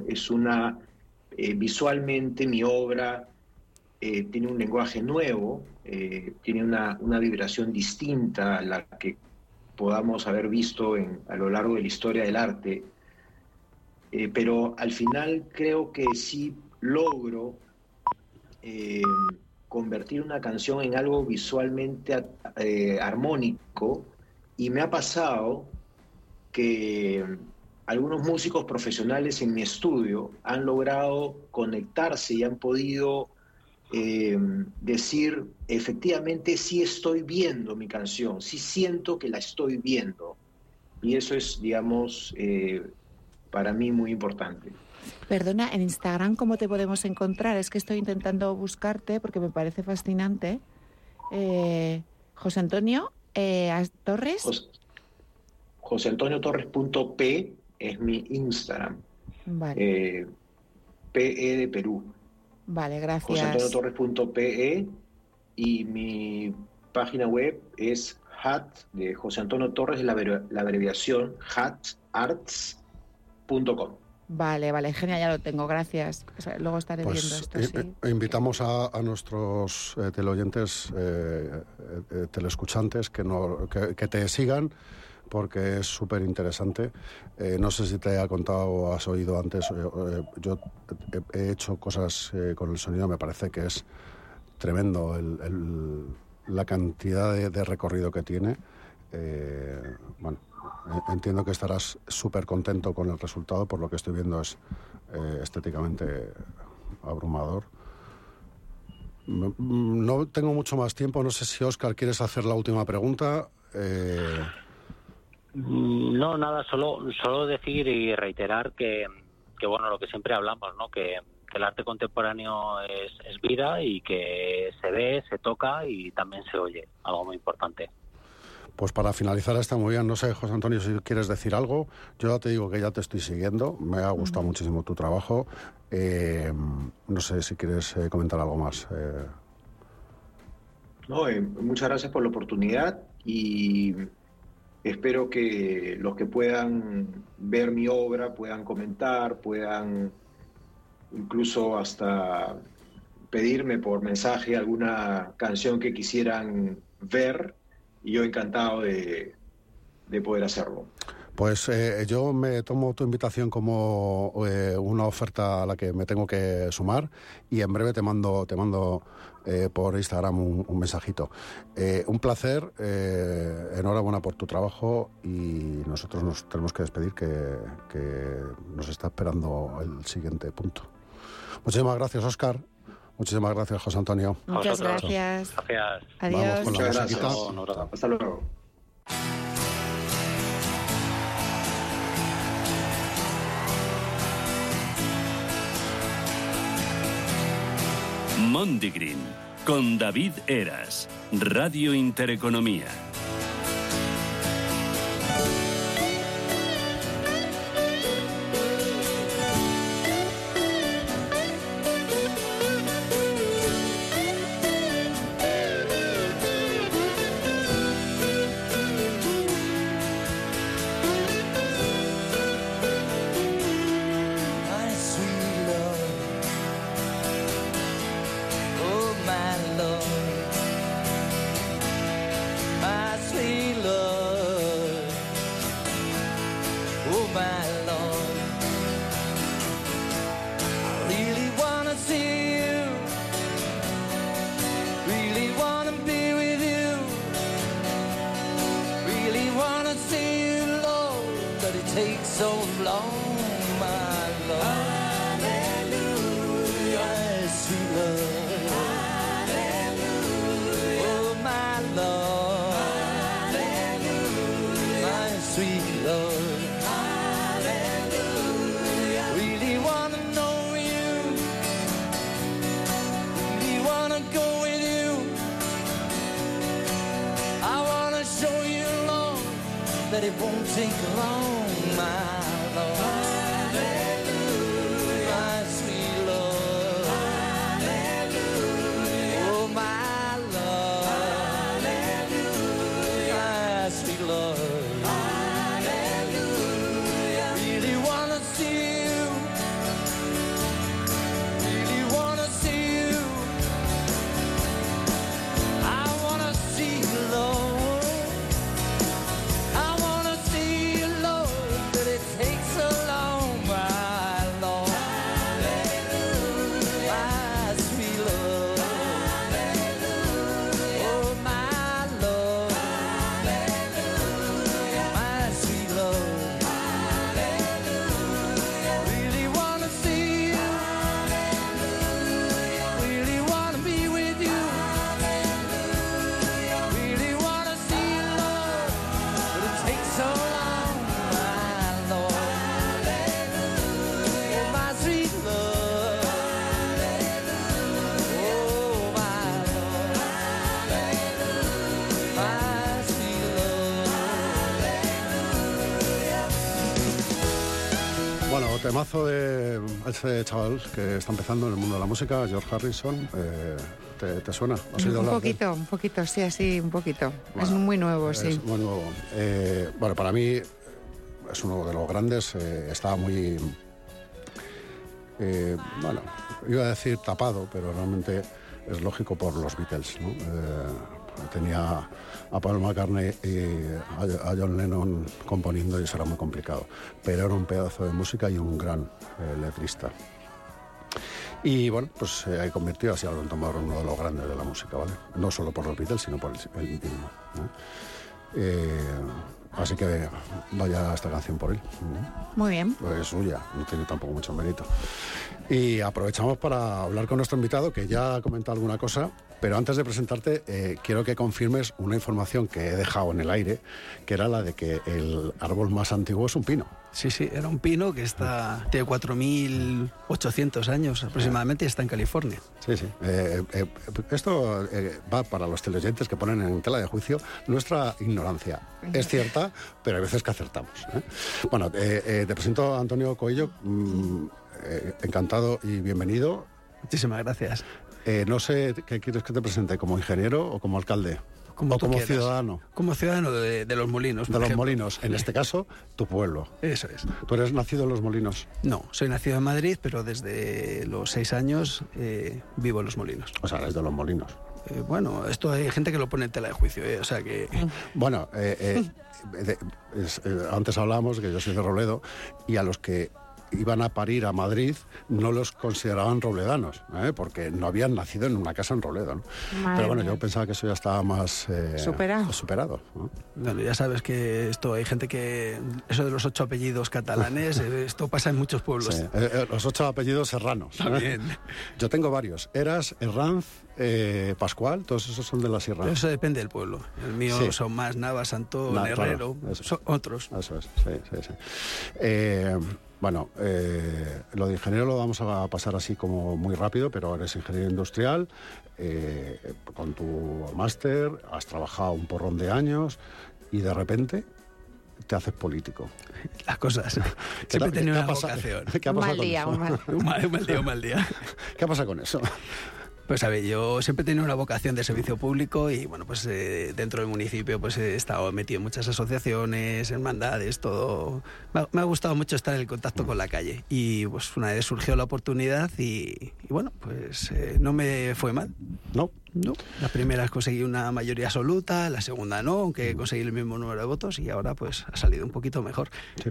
Visualmente mi obra tiene un lenguaje nuevo, tiene una vibración distinta a la que podamos haber visto a lo largo de la historia del arte, pero al final creo que sí logro convertir una canción en algo visualmente armónico, y me ha pasado que algunos músicos profesionales en mi estudio han logrado conectarse y han podido decir, efectivamente sí estoy viendo mi canción, sí siento que la estoy viendo, y eso es, digamos, para mí muy importante. Perdona, en Instagram, ¿cómo te podemos encontrar? Es que estoy intentando buscarte porque me parece fascinante. José Antonio Torres. José Antonio Torres.p es mi Instagram. Vale. PE de Perú. Vale, gracias. José Antonio Torres.pe, y mi página web es HAT, de José Antonio Torres, la abreviación hatarts.com. Vale, genial, ya lo tengo, gracias. Luego estaré viendo esto, sí. Invitamos a nuestros teleoyentes, teleescuchantes, que te sigan, porque es súper interesante. No sé si te ha contado o has oído antes, yo he hecho cosas con el sonido, me parece que es tremendo la cantidad de recorrido que tiene. Bueno, entiendo que estarás súper contento con el resultado, por lo que estoy viendo es estéticamente abrumador. No tengo mucho más tiempo, no sé si Óscar quieres hacer la última pregunta. No, nada, solo decir y reiterar que bueno, lo que siempre hablamos, ¿no? Que el arte contemporáneo es vida, y que se ve, se toca y también se oye, algo muy importante. Pues para finalizar está muy bien. No sé, José Antonio, si quieres decir algo. Yo ya te digo que ya te estoy siguiendo. Me ha gustado muchísimo tu trabajo. No sé si quieres comentar algo más. Muchas gracias por la oportunidad, y espero que los que puedan ver mi obra puedan comentar, puedan incluso hasta pedirme por mensaje alguna canción que quisieran ver, y yo encantado de poder hacerlo. Pues yo me tomo tu invitación como una oferta a la que me tengo que sumar, y en breve te mando por Instagram un mensajito. Un placer, enhorabuena por tu trabajo, y nosotros nos tenemos que despedir, que nos está esperando el siguiente punto. Muchísimas gracias, Óscar. Muchísimas gracias, José Antonio. Muchas gracias. Gracias. Adiós. Vamos con la musiquita. Hasta luego. Mondigreen, con David Eras, Radio Intereconomía. temazo de ese chaval que está empezando en el mundo de la música, George Harrison. ¿Te suena? ¿Has oído hablar de él? Un poquito, sí, así, un poquito. Bueno, es muy nuevo, sí. Es muy nuevo. Bueno, para mí es uno de los grandes. Estaba muy... bueno, iba a decir tapado, pero realmente es lógico por los Beatles, ¿no? Tenía a Paul McCartney y a John Lennon componiendo y eso era muy complicado. Pero era un pedazo de música y un gran letrista. Y bueno, pues ahí convirtió así a Alberto Mouro en uno de los grandes de la música, ¿vale? No solo por los Beatles, sino por el mismo, así que vaya esta canción por él. Muy bien. Pues es suya, no tiene tampoco mucho mérito. Y aprovechamos para hablar con nuestro invitado, que ya ha comentado alguna cosa, pero antes de presentarte, quiero que confirmes una información que he dejado en el aire, que era la de que el árbol más antiguo es un pino. Sí, era un pino que tiene 4.800 años aproximadamente y está en California. Sí. Esto va para los teleoyentes que ponen en tela de juicio nuestra ignorancia. Es cierta, pero hay veces que acertamos. Bueno, te presento a Antonio Coello. Encantado y bienvenido. Muchísimas gracias. No sé qué quieres que te presente, como ingeniero o como alcalde. Como ciudadano. Como ciudadano de Los Molinos. De Los Molinos, en este caso, tu pueblo. Eso es. ¿Tú eres nacido en Los Molinos? No, soy nacido en Madrid, pero desde los 6 años vivo en Los Molinos. O sea, eres de Los Molinos. Bueno, esto hay gente que lo pone en tela de juicio, o sea que... Bueno, antes hablábamos que yo soy de Robledo y a los que iban a parir a Madrid no los consideraban robledanos, porque no habían nacido en una casa en Robledo, ¿no? Pero bueno, yo pensaba que eso ya estaba más superado, ¿no? Bueno, ya sabes que hay gente que... Eso de los 8 apellidos catalanes, esto pasa en muchos pueblos. Sí, los 8 apellidos serranos. También. Yo tengo varios. Eras, Herranz, Pascual, todos esos son de la sierra. Eso depende del pueblo. El mío son más Navas, Santón, Herrero, claro, son otros. Eso es, sí. Bueno, lo de ingeniero lo vamos a pasar así como muy rápido, pero eres ingeniero industrial, con tu máster, has trabajado un porrón de años y de repente te haces político. Las cosas. Siempre he tenido una vocación. ¿Qué ha pasado con eso? Un mal día. ¿Qué pasa con eso? Pues a ver, yo siempre he tenido una vocación de servicio público y bueno, pues dentro del municipio pues he estado metido en muchas asociaciones, hermandades, todo. Me ha gustado mucho estar en contacto con la calle y pues una vez surgió la oportunidad y bueno, pues no me fue mal. No. La primera conseguí una mayoría absoluta, la segunda no, aunque conseguí el mismo número de votos y ahora pues ha salido un poquito mejor. Sí.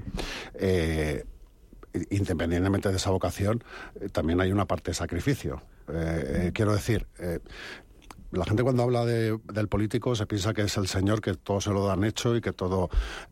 Independientemente de esa vocación, también hay una parte de sacrificio. Quiero decir, la gente cuando habla del político se piensa que es el señor que todo se lo dan hecho y que todo...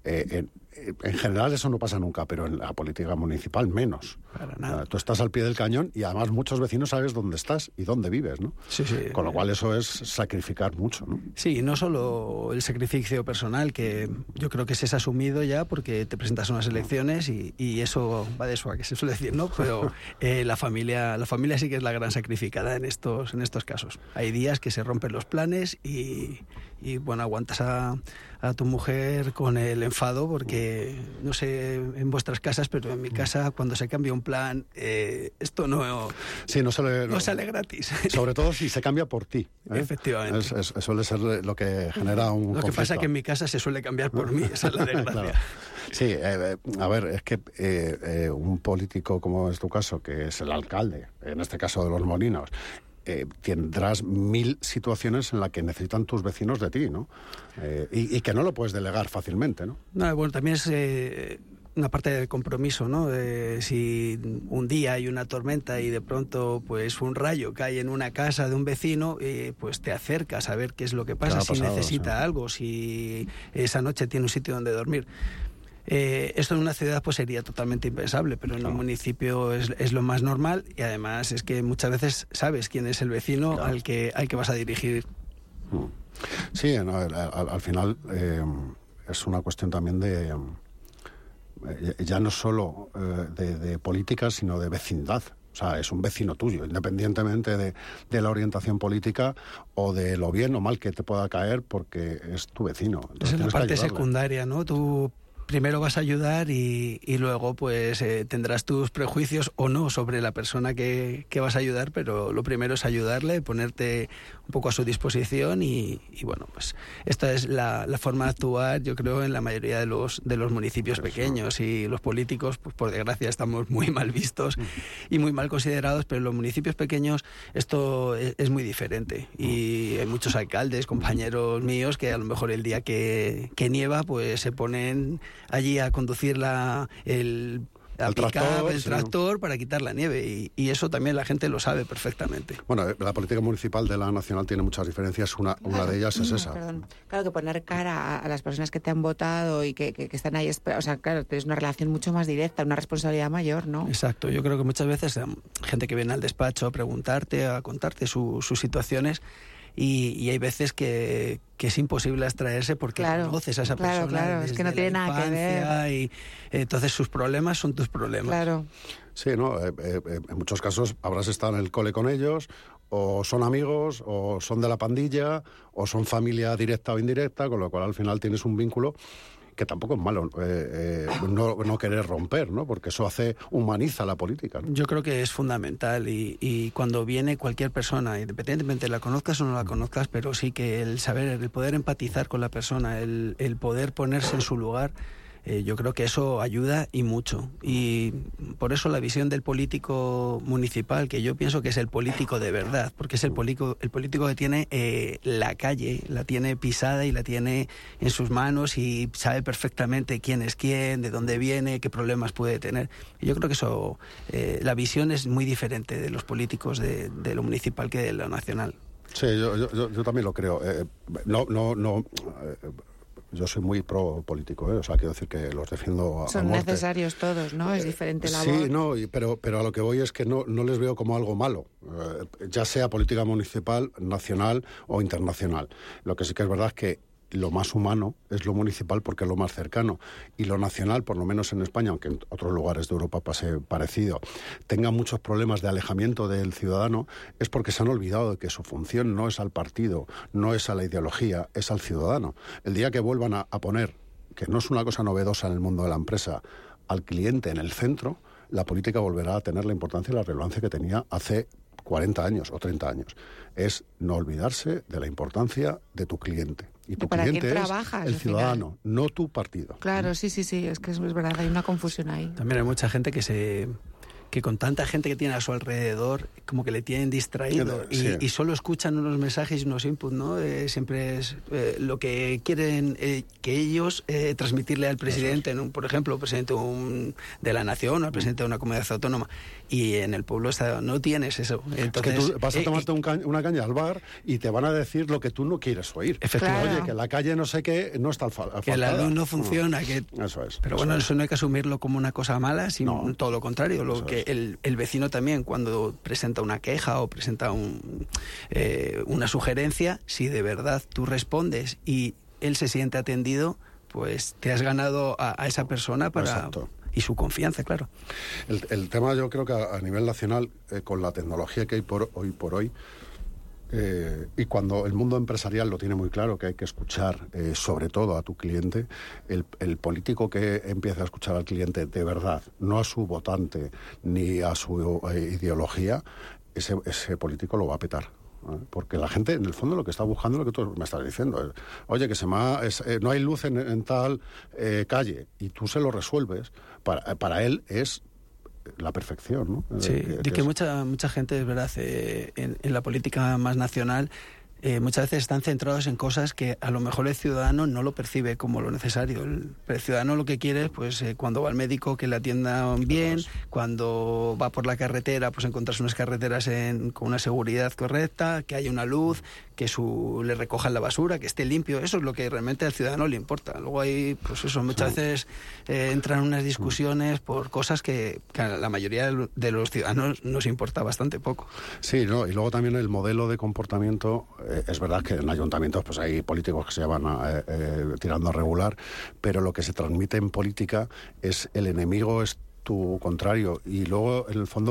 en general eso no pasa nunca, pero en la política municipal menos. Para nada. Tú estás al pie del cañón y además muchos vecinos sabes dónde estás y dónde vives, ¿no? Sí. Con lo cual eso es sacrificar mucho, ¿no? Sí, no solo el sacrificio personal, que yo creo que es asumido ya porque te presentas a unas elecciones y eso va de eso a que se suele decir, ¿no? Pero la familia sí que es la gran sacrificada en estos casos. Hay días que se rompen los planes y bueno, aguantas a tu mujer con el enfado porque, no sé, en vuestras casas, pero en mi casa cuando se cambia un plan, esto no sale gratis. Sobre todo si se cambia por ti. Efectivamente. Suele ser lo que genera un conflicto. Lo que pasa es que en mi casa se suele cambiar por mí, esa es la desgracia. Claro. Sí, a ver, es que un político como es tu caso, que es el alcalde, en este caso de Los Molinos, tendrás 1000 situaciones en las que necesitan tus vecinos de ti, ¿no? Y que no lo puedes delegar fácilmente, ¿no? No, bueno, también es una parte del compromiso, ¿no? Si un día hay una tormenta y de pronto pues un rayo cae en una casa de un vecino, pues te acercas a ver qué es lo que pasa, si necesita algo, si esa noche tiene un sitio donde dormir. Esto en una ciudad pues sería totalmente impensable, pero en un municipio es lo más normal y además es que muchas veces sabes quién es el vecino al que vas a dirigir. Sí, no, al final es una cuestión también de ya no solo de política, sino de vecindad. O sea, es un vecino tuyo, independientemente de la orientación política o de lo bien o mal que te pueda caer, porque es tu vecino. Esa es la parte secundaria, ¿no? Tú primero vas a ayudar y luego pues tendrás tus prejuicios o no sobre la persona que vas a ayudar, pero lo primero es ayudarle, ponerte un poco a su disposición y bueno, pues esta es la forma de actuar, yo creo, en la mayoría de los municipios pequeños, y los políticos, pues por desgracia, estamos muy mal vistos y muy mal considerados, pero en los municipios pequeños esto es muy diferente, y hay muchos alcaldes, compañeros míos, que a lo mejor el día que nieva, pues se ponen allí a conducir el tractor para quitar la nieve, y eso también la gente lo sabe perfectamente. Bueno, la política municipal de la nacional tiene muchas diferencias, una de ellas es esa. Claro, que poner cara a las personas que te han votado y que están ahí, o sea, claro, tienes una relación mucho más directa, una responsabilidad mayor, ¿no? Exacto, yo creo que muchas veces gente que viene al despacho a preguntarte, a contarte sus situaciones, y hay veces que es imposible abstraerse porque conoces a esa persona. Claro, es que no tiene nada que ver. Y entonces sus problemas son tus problemas. Claro. Sí, ¿no? En muchos casos habrás estado en el cole con ellos, o son amigos, o son de la pandilla, o son familia directa o indirecta, con lo cual al final tienes un vínculo que tampoco es malo no querer romper, ¿no? Porque eso humaniza la política, ¿no? Yo creo que es fundamental, y cuando viene cualquier persona, independientemente la conozcas o no la conozcas, pero sí que el poder empatizar con la persona, el poder ponerse en su lugar, yo creo que eso ayuda y mucho. Y por eso la visión del político municipal, que yo pienso que es el político de verdad, porque es el político que tiene la calle, la tiene pisada y la tiene en sus manos, y sabe perfectamente quién es quién, de dónde viene, qué problemas puede tener. Y yo creo que eso, la visión es muy diferente de los políticos de lo municipal que de lo nacional. Sí, yo también lo creo. Yo soy muy pro político, o sea, quiero decir que los defiendo a Son muerte. Necesarios todos, ¿no? Es diferente la voz. Sí, no, pero a lo que voy es que no les veo como algo malo, ya sea política municipal, nacional o internacional. Lo que sí que es verdad es que lo más humano es lo municipal porque es lo más cercano, y lo nacional, por lo menos en España, aunque en otros lugares de Europa pase parecido, tenga muchos problemas de alejamiento del ciudadano, es porque se han olvidado de que su función no es al partido, no es a la ideología, es al ciudadano. El día que vuelvan a poner, que no es una cosa novedosa en el mundo de la empresa, al cliente en el centro, la política volverá a tener la importancia y la relevancia que tenía hace 40 años o 30 años. Es no olvidarse de la importancia de tu cliente. Y tu cliente es el ciudadano, no tu partido. Claro, sí, es que es verdad, hay una confusión ahí. También hay mucha gente que con tanta gente que tiene a su alrededor, como que le tienen distraído, y solo escuchan unos mensajes y unos inputs, ¿no? Siempre es lo que quieren que ellos transmitirle al presidente, por ejemplo, presidente de la nación o al presidente de una comunidad autónoma, y en el pueblo no tienes eso. Entonces, es que tú vas a tomarte una caña al bar y te van a decir lo que tú no quieres oír. Efectivamente. Oye, que la calle no sé qué no está faltada. Que la luz no funciona. Eso es. Pero bueno, eso no hay que asumirlo como una cosa mala, sino todo lo contrario. El vecino también, cuando presenta una queja o presenta una sugerencia, si de verdad tú respondes y él se siente atendido, pues te has ganado a esa persona y su confianza, claro. El tema, yo creo que a nivel nacional, con la tecnología que hay hoy por hoy, y cuando el mundo empresarial lo tiene muy claro, que hay que escuchar sobre todo a tu cliente, el político que empieza a escuchar al cliente de verdad, no a su votante ni a su ideología, ese político lo va a petar. Porque la gente, en el fondo, lo que está buscando es lo que tú me estás diciendo. Oye, que no hay luz en tal calle, y tú se lo resuelves. Para él es la perfección, ¿no? Sí, que mucha gente, es verdad, en la política más nacional, muchas veces están centrados en cosas que a lo mejor el ciudadano no lo percibe como lo necesario. El ciudadano lo que quiere es, pues, cuando va al médico, que le atiendan bien, cuando va por la carretera, pues encontrarse unas carreteras con una seguridad correcta, que haya una luz, que le recojan la basura, que esté limpio. Eso es lo que realmente al ciudadano le importa. Luego hay, pues eso, muchas veces entran unas discusiones por cosas que a la mayoría de los ciudadanos nos importa bastante poco. Sí, ¿no? Y luego también el modelo de comportamiento. Es verdad que en ayuntamientos pues hay políticos que se van tirando a regular, pero lo que se transmite en política es el enemigo es tu contrario, y luego en el fondo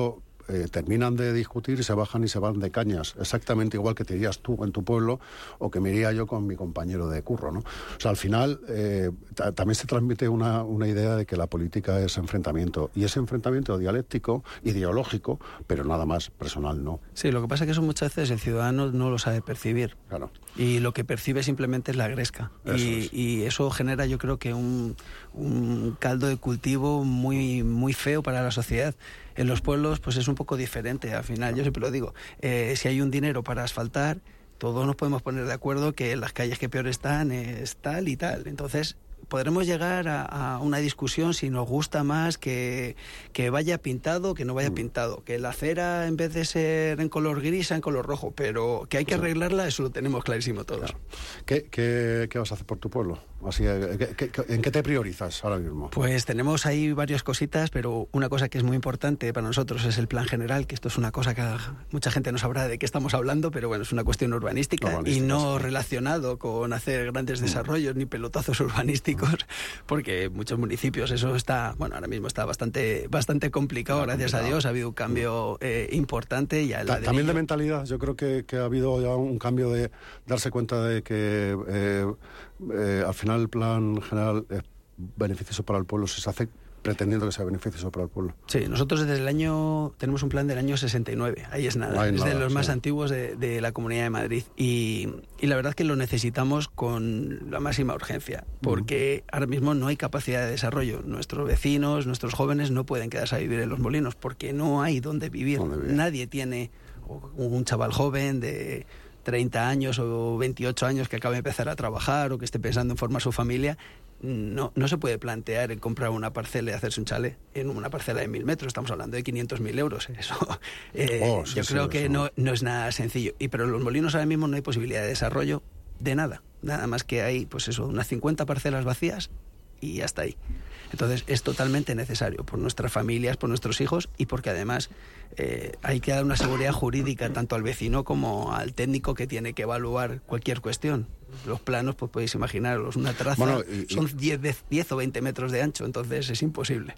terminan de discutir y se bajan y se van de cañas, exactamente igual que te irías tú en tu pueblo o que me iría yo con mi compañero de curro, ¿no? O sea, al final también se transmite una idea de que la política es enfrentamiento, y ese enfrentamiento dialéctico, ideológico, pero nada más, personal no. Sí, lo que pasa es que eso muchas veces el ciudadano no lo sabe percibir. Claro. Y lo que percibe simplemente es la gresca. Y eso genera, yo creo que un caldo de cultivo muy, muy feo para la sociedad. En los pueblos pues es un poco diferente. Al final, yo siempre lo digo, si hay un dinero para asfaltar, todos nos podemos poner de acuerdo que las calles que peor están es tal y tal. Entonces podremos llegar a una discusión si nos gusta más que vaya pintado o que no vaya pintado, que la acera en vez de ser en color gris sea en color rojo, pero que hay que arreglarla, eso lo tenemos clarísimo todos. Claro. ¿Qué vas a hacer por tu pueblo? Así, ¿en qué te priorizas ahora mismo? Pues tenemos ahí varias cositas, pero una cosa que es muy importante para nosotros es el plan general, que esto es una cosa que mucha gente no sabrá de qué estamos hablando, pero bueno, es una cuestión urbanística y no relacionado con hacer grandes desarrollos ni pelotazos urbanísticos, porque muchos municipios eso está, bueno, ahora mismo está bastante complicado, gracias a Dios, ha habido un cambio importante. Y también de mentalidad, yo creo que ha habido ya un cambio de darse cuenta de que al final el plan general es beneficioso para el pueblo si se hace pretendiendo que sea beneficioso para el pueblo. Sí, nosotros tenemos un plan del año 69, ahí es nada, es de los más antiguos de la Comunidad de Madrid y la verdad que lo necesitamos con la máxima urgencia, porque ahora mismo no hay capacidad de desarrollo. Nuestros vecinos, nuestros jóvenes no pueden quedarse a vivir en Los Molinos porque no hay donde vivir. Nadie tiene un chaval joven de 30 años o 28 años que acabe de empezar a trabajar o que esté pensando en formar su familia. No se puede plantear el comprar una parcela y hacerse un chalet en una parcela de 1.000 metros. Estamos hablando de 500.000 euros. Eso yo creo que no es nada sencillo. Pero en Los Molinos ahora mismo no hay posibilidad de desarrollo de nada. Nada más que hay, pues eso, unas 50 parcelas vacías y hasta ahí. Entonces es totalmente necesario por nuestras familias, por nuestros hijos y porque además hay que dar una seguridad jurídica tanto al vecino como al técnico que tiene que evaluar cualquier cuestión. Los planos, pues podéis imaginaros, una terraza son 10 o 20 metros de ancho, entonces es imposible.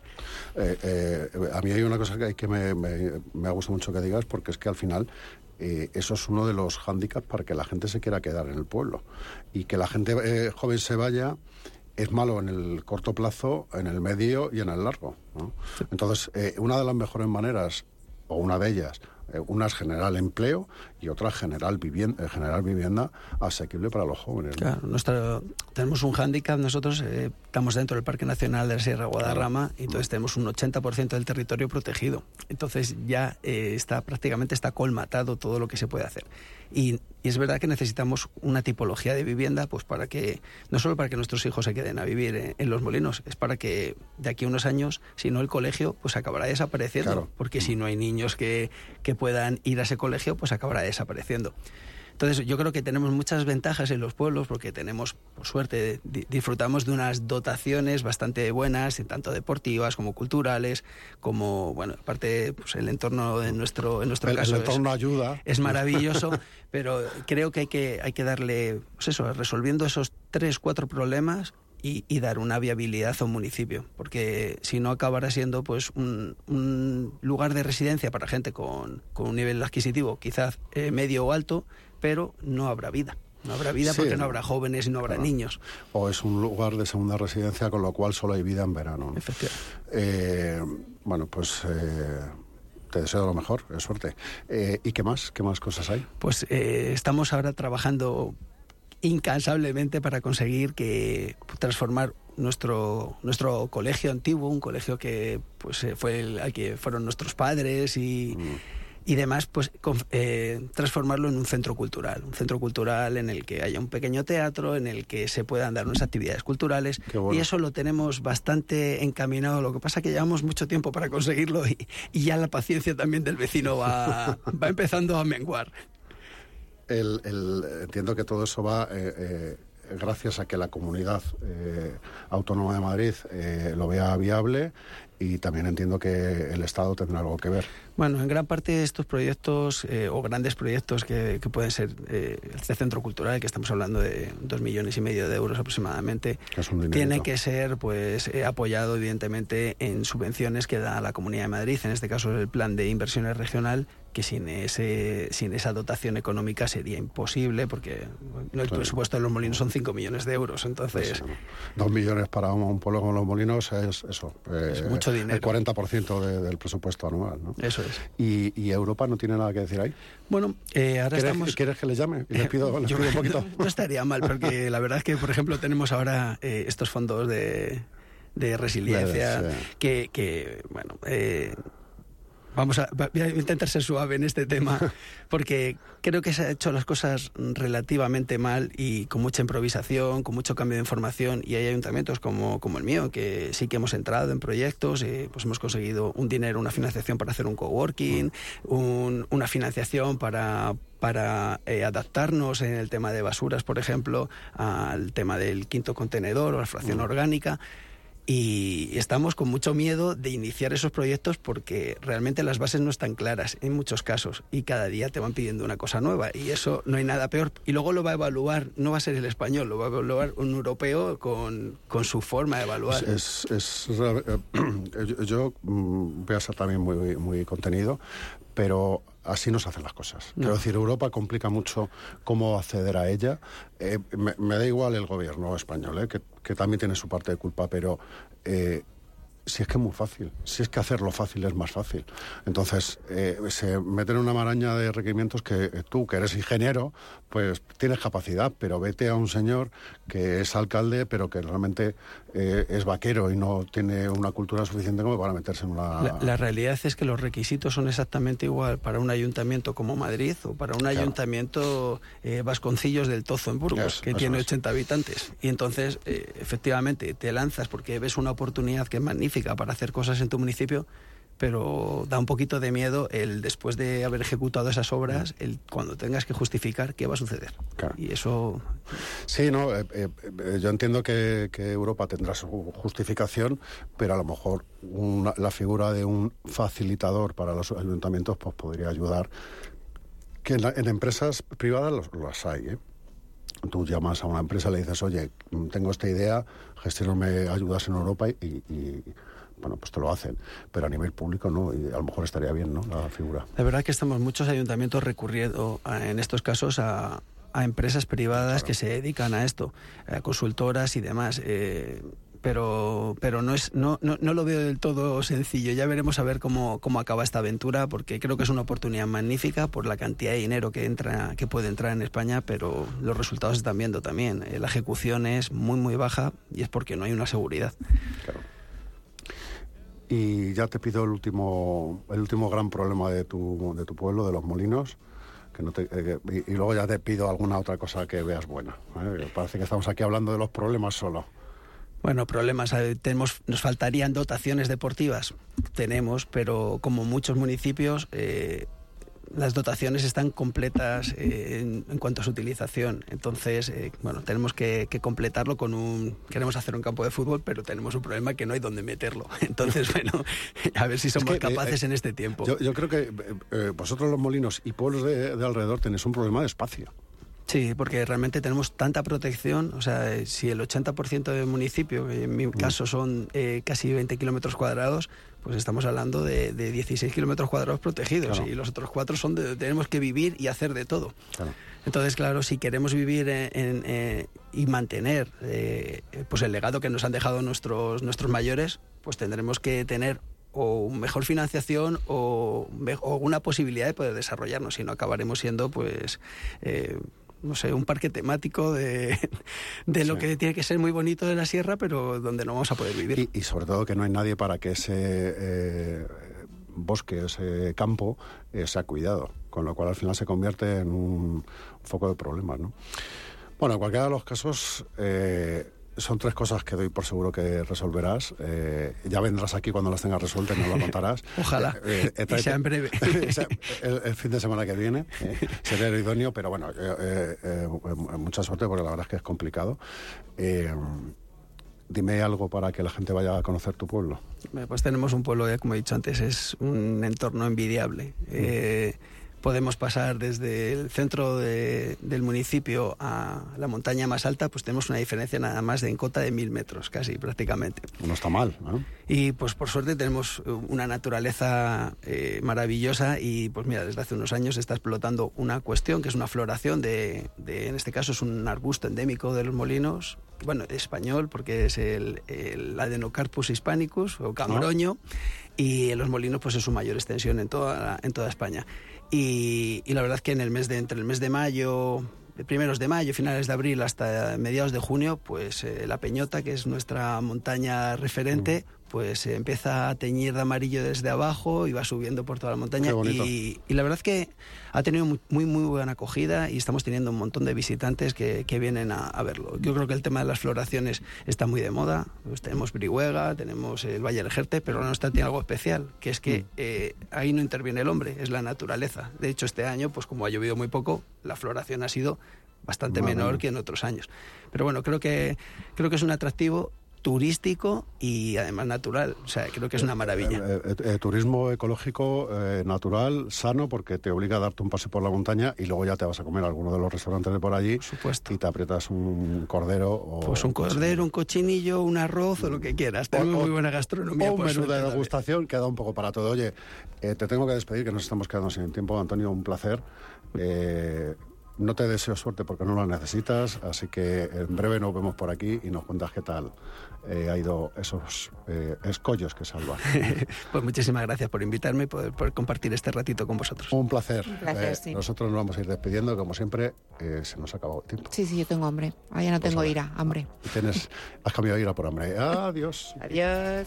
A mí hay una cosa que me ha gustado mucho que digas, porque es que al final eso es uno de los hándicaps para que la gente se quiera quedar en el pueblo. Y que la gente joven se vaya es malo en el corto plazo, en el medio y en el largo, ¿no? Sí. Entonces, una de las mejores maneras, o una de ellas, una es generar empleo y otra generar vivienda asequible para los jóvenes, ¿no? Claro, tenemos un hándicap, nosotros estamos dentro del Parque Nacional de la Sierra Guadarrama, y entonces tenemos un 80% del territorio protegido. Entonces ya prácticamente está colmatado todo lo que se puede hacer. Y es verdad que necesitamos una tipología de vivienda, pues para que, no solo para que nuestros hijos se queden a vivir en Los Molinos, es para que de aquí a unos años, si no el colegio, pues acabará desapareciendo. Claro. Porque si no hay niños que puedan ir a ese colegio, pues acabará desapareciendo. Entonces yo creo que tenemos muchas ventajas en los pueblos porque tenemos, por suerte, disfrutamos de unas dotaciones bastante buenas, tanto deportivas como culturales, como, bueno, aparte pues el entorno de nuestro caso el entorno ayuda. Es maravilloso, pero creo que hay que darle, pues eso, resolviendo esos 3-4 problemas y dar una viabilidad a un municipio, porque si no acabará siendo pues un lugar de residencia para gente con un nivel adquisitivo quizás medio o alto, pero no habrá vida. No habrá vida porque no habrá jóvenes y no habrá niños. O es un lugar de segunda residencia, con lo cual solo hay vida en verano. Efectivamente. Bueno, pues te deseo lo mejor, suerte. ¿Y qué más? ¿Qué más cosas hay? Pues estamos ahora trabajando incansablemente para conseguir transformar nuestro colegio antiguo, un colegio que pues fue al que fueron nuestros padres y demás, pues transformarlo en un centro cultural en el que haya un pequeño teatro, en el que se puedan dar unas actividades culturales. Bueno. Y eso lo tenemos bastante encaminado. Lo que pasa es que llevamos mucho tiempo para conseguirlo y ya la paciencia también del vecino va empezando a menguar. Entiendo que todo eso va gracias a que la Comunidad Autónoma de Madrid lo vea viable, y también entiendo que el Estado tendrá algo que ver. Bueno, en gran parte estos proyectos o grandes proyectos que pueden ser este centro cultural, que estamos hablando de 2,5 millones de euros aproximadamente, tiene que ser pues apoyado evidentemente en subvenciones que da la Comunidad de Madrid, en este caso el Plan de Inversiones Regional, que sin esa dotación económica sería imposible, porque el presupuesto de Los Molinos son 5 millones de euros, entonces... Pues, 2 millones para un pueblo como Los Molinos es eso. Es mucho dinero. El 40% del presupuesto anual, ¿no? Eso es. ¿Y Europa no tiene nada que decir ahí? Bueno, ahora estamos... ¿Quieres que le llame? Y le pido un poquito. No estaría mal, porque la verdad es que, por ejemplo, tenemos ahora estos fondos de resiliencia que bueno... voy a intentar ser suave en este tema, porque creo que se han hecho las cosas relativamente mal y con mucha improvisación, con mucho cambio de información, y hay ayuntamientos como el mío, que sí que hemos entrado en proyectos, pues hemos conseguido un dinero, una financiación para hacer un coworking, una financiación para adaptarnos en el tema de basuras, por ejemplo, al tema del quinto contenedor o la fracción orgánica. Y estamos con mucho miedo de iniciar esos proyectos porque realmente las bases no están claras en muchos casos y cada día te van pidiendo una cosa nueva, y eso no hay nada peor. Y luego lo va a evaluar, no va a ser el español, lo va a evaluar un europeo con su forma de evaluar. Yo voy a ser también muy, muy contenido, pero así no se hacen las cosas. No. Quiero decir, Europa complica mucho cómo acceder a ella. Me da igual el gobierno español, que también tiene su parte de culpa, pero si es que es muy fácil, si es que hacerlo fácil es más fácil. Entonces, se meten en una maraña de requerimientos que tú, que eres ingeniero, pues tienes capacidad, pero vete a un señor que es alcalde, pero que realmente es vaquero y no tiene una cultura suficiente como para meterse en una... La realidad es que los requisitos son exactamente igual para un ayuntamiento como Madrid o para un ayuntamiento Vasconcillos del Tozo en Burgos, que tiene 80 habitantes. Y entonces, efectivamente, te lanzas porque ves una oportunidad que es magnífica para hacer cosas en tu municipio, pero da un poquito de miedo el después de haber ejecutado esas obras, cuando tengas que justificar qué va a suceder. Claro. Y eso... Sí, no, yo entiendo que Europa tendrá su justificación, pero a lo mejor la figura de un facilitador para los ayuntamientos pues podría ayudar. Que en empresas privadas las hay, ¿eh? Tú llamas a una empresa y le dices, oye, tengo esta idea, gestionarme ayudas en Europa y bueno, pues te lo hacen. Pero a nivel público no, y a lo mejor estaría bien, ¿no?, la figura. La verdad es que estamos muchos ayuntamientos recurriendo en estos casos a empresas privadas, claro, que se dedican a esto, a consultoras y demás. Pero no lo veo del todo sencillo. Ya veremos a ver cómo acaba esta aventura, porque creo que es una oportunidad magnífica por la cantidad de dinero que puede entrar en España, pero los resultados se están viendo también. La ejecución es muy, muy baja y es porque no hay una seguridad. Claro. Y ya te pido el último gran problema de tu pueblo, de Los Molinos. Y luego ya te pido alguna otra cosa que veas buena. Parece que estamos aquí hablando de los problemas solo. Bueno, problemas. Nos faltarían dotaciones deportivas. Tenemos, pero como muchos municipios, las dotaciones están completas en cuanto a su utilización. Entonces, tenemos que completarlo queremos hacer un campo de fútbol, pero tenemos un problema que no hay dónde meterlo. Entonces, a ver si somos capaces en este tiempo. Yo creo que vosotros, Los Molinos y pueblos de alrededor, tenéis un problema de espacio. Sí, porque realmente tenemos tanta protección. O sea, si el 80% del municipio, en mi caso son casi 20 kilómetros cuadrados, pues estamos hablando de 16 kilómetros cuadrados protegidos, claro, y los otros 4 son donde tenemos que vivir y hacer de todo. Claro. Entonces, claro, si queremos vivir y mantener pues el legado que nos han dejado nuestros mayores, pues tendremos que tener o mejor financiación o una posibilidad de poder desarrollarnos, si no acabaremos siendo pues... no sé, un parque temático de lo que tiene que ser muy bonito de la sierra, pero donde no vamos a poder vivir. Y sobre todo que no hay nadie para que ese bosque, ese campo, sea cuidado, con lo cual al final se convierte en un foco de problemas, ¿no? Bueno, en cualquiera de los casos, son 3 cosas que doy por seguro que resolverás. Ya vendrás aquí cuando las tengas resueltas y nos lo contarás. Ojalá. Y sea en breve. el fin de semana que viene sería el idóneo, pero bueno, mucha suerte porque la verdad es que es complicado. Dime algo para que la gente vaya a conocer tu pueblo. Pues tenemos un pueblo, como he dicho antes, es un entorno envidiable. Podemos pasar desde el centro del municipio a la montaña más alta, pues tenemos una diferencia nada más en cota de 1000 metros, casi prácticamente. No está mal, ¿no? Y pues por suerte tenemos una naturaleza maravillosa y pues mira, desde hace unos años está explotando una cuestión que es una floración de en este caso es un arbusto endémico de los Molinos, bueno, español porque es el Adenocarpus hispanicus o cambroño, y en los Molinos pues es su mayor extensión en toda España. Y la verdad es que entre el mes de mayo, primeros de mayo, finales de abril hasta mediados de junio, pues la Peñota, que es nuestra montaña referente, pues empieza a teñir de amarillo desde abajo y va subiendo por toda la montaña. Y la verdad es que ha tenido muy buena acogida y estamos teniendo un montón de visitantes que vienen a verlo. Yo creo que el tema de las floraciones está muy de moda. Pues tenemos Brihuega, tenemos el Valle del Jerte, pero no tiene algo especial, que es que ahí no interviene el hombre, es la naturaleza. De hecho, este año, pues como ha llovido muy poco, la floración ha sido bastante menor que en otros años. Pero bueno, creo que es un atractivo turístico y además natural, o sea, creo que es una maravilla. Turismo ecológico, natural, sano, porque te obliga a darte un paseo por la montaña y luego ya te vas a comer a alguno de los restaurantes de por allí. Por supuesto. Y te aprietas un cordero pues un cordero, un cochinillo, un arroz o lo que quieras. Tenemos muy buena gastronomía. Un menú de degustación que da un poco para todo. Oye, te tengo que despedir, que nos estamos quedando sin tiempo. Antonio, un placer. No te deseo suerte porque no la necesitas, así que en breve nos vemos por aquí y nos cuentas qué tal ha ido esos escollos que salvan. Pues muchísimas gracias por invitarme y poder compartir este ratito con vosotros. Un placer. Un placer, sí. Nosotros nos vamos a ir despidiendo, como siempre, se nos ha acabado el tiempo. Sí, yo tengo hambre. Ahora ya no tengo ira, hambre. Has cambiado ira por hambre. Adiós. Adiós.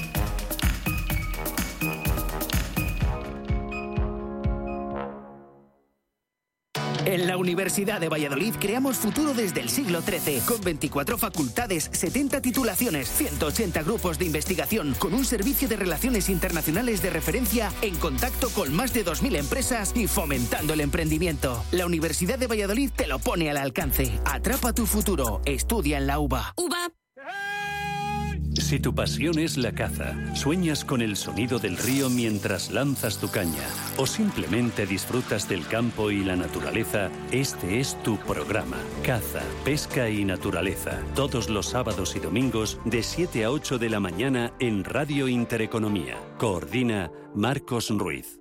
En la Universidad de Valladolid creamos futuro desde el siglo XIII, con 24 facultades, 70 titulaciones, 180 grupos de investigación, con un servicio de relaciones internacionales de referencia en contacto con más de 2000 empresas y fomentando el emprendimiento. La Universidad de Valladolid te lo pone al alcance. Atrapa tu futuro. Estudia en la UVA. Si tu pasión es la caza, sueñas con el sonido del río mientras lanzas tu caña o simplemente disfrutas del campo y la naturaleza, este es tu programa. Caza, pesca y naturaleza. Todos los sábados y domingos de 7 a 8 de la mañana en Radio Intereconomía. Coordina Marcos Ruiz.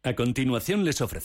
A continuación les ofrecemos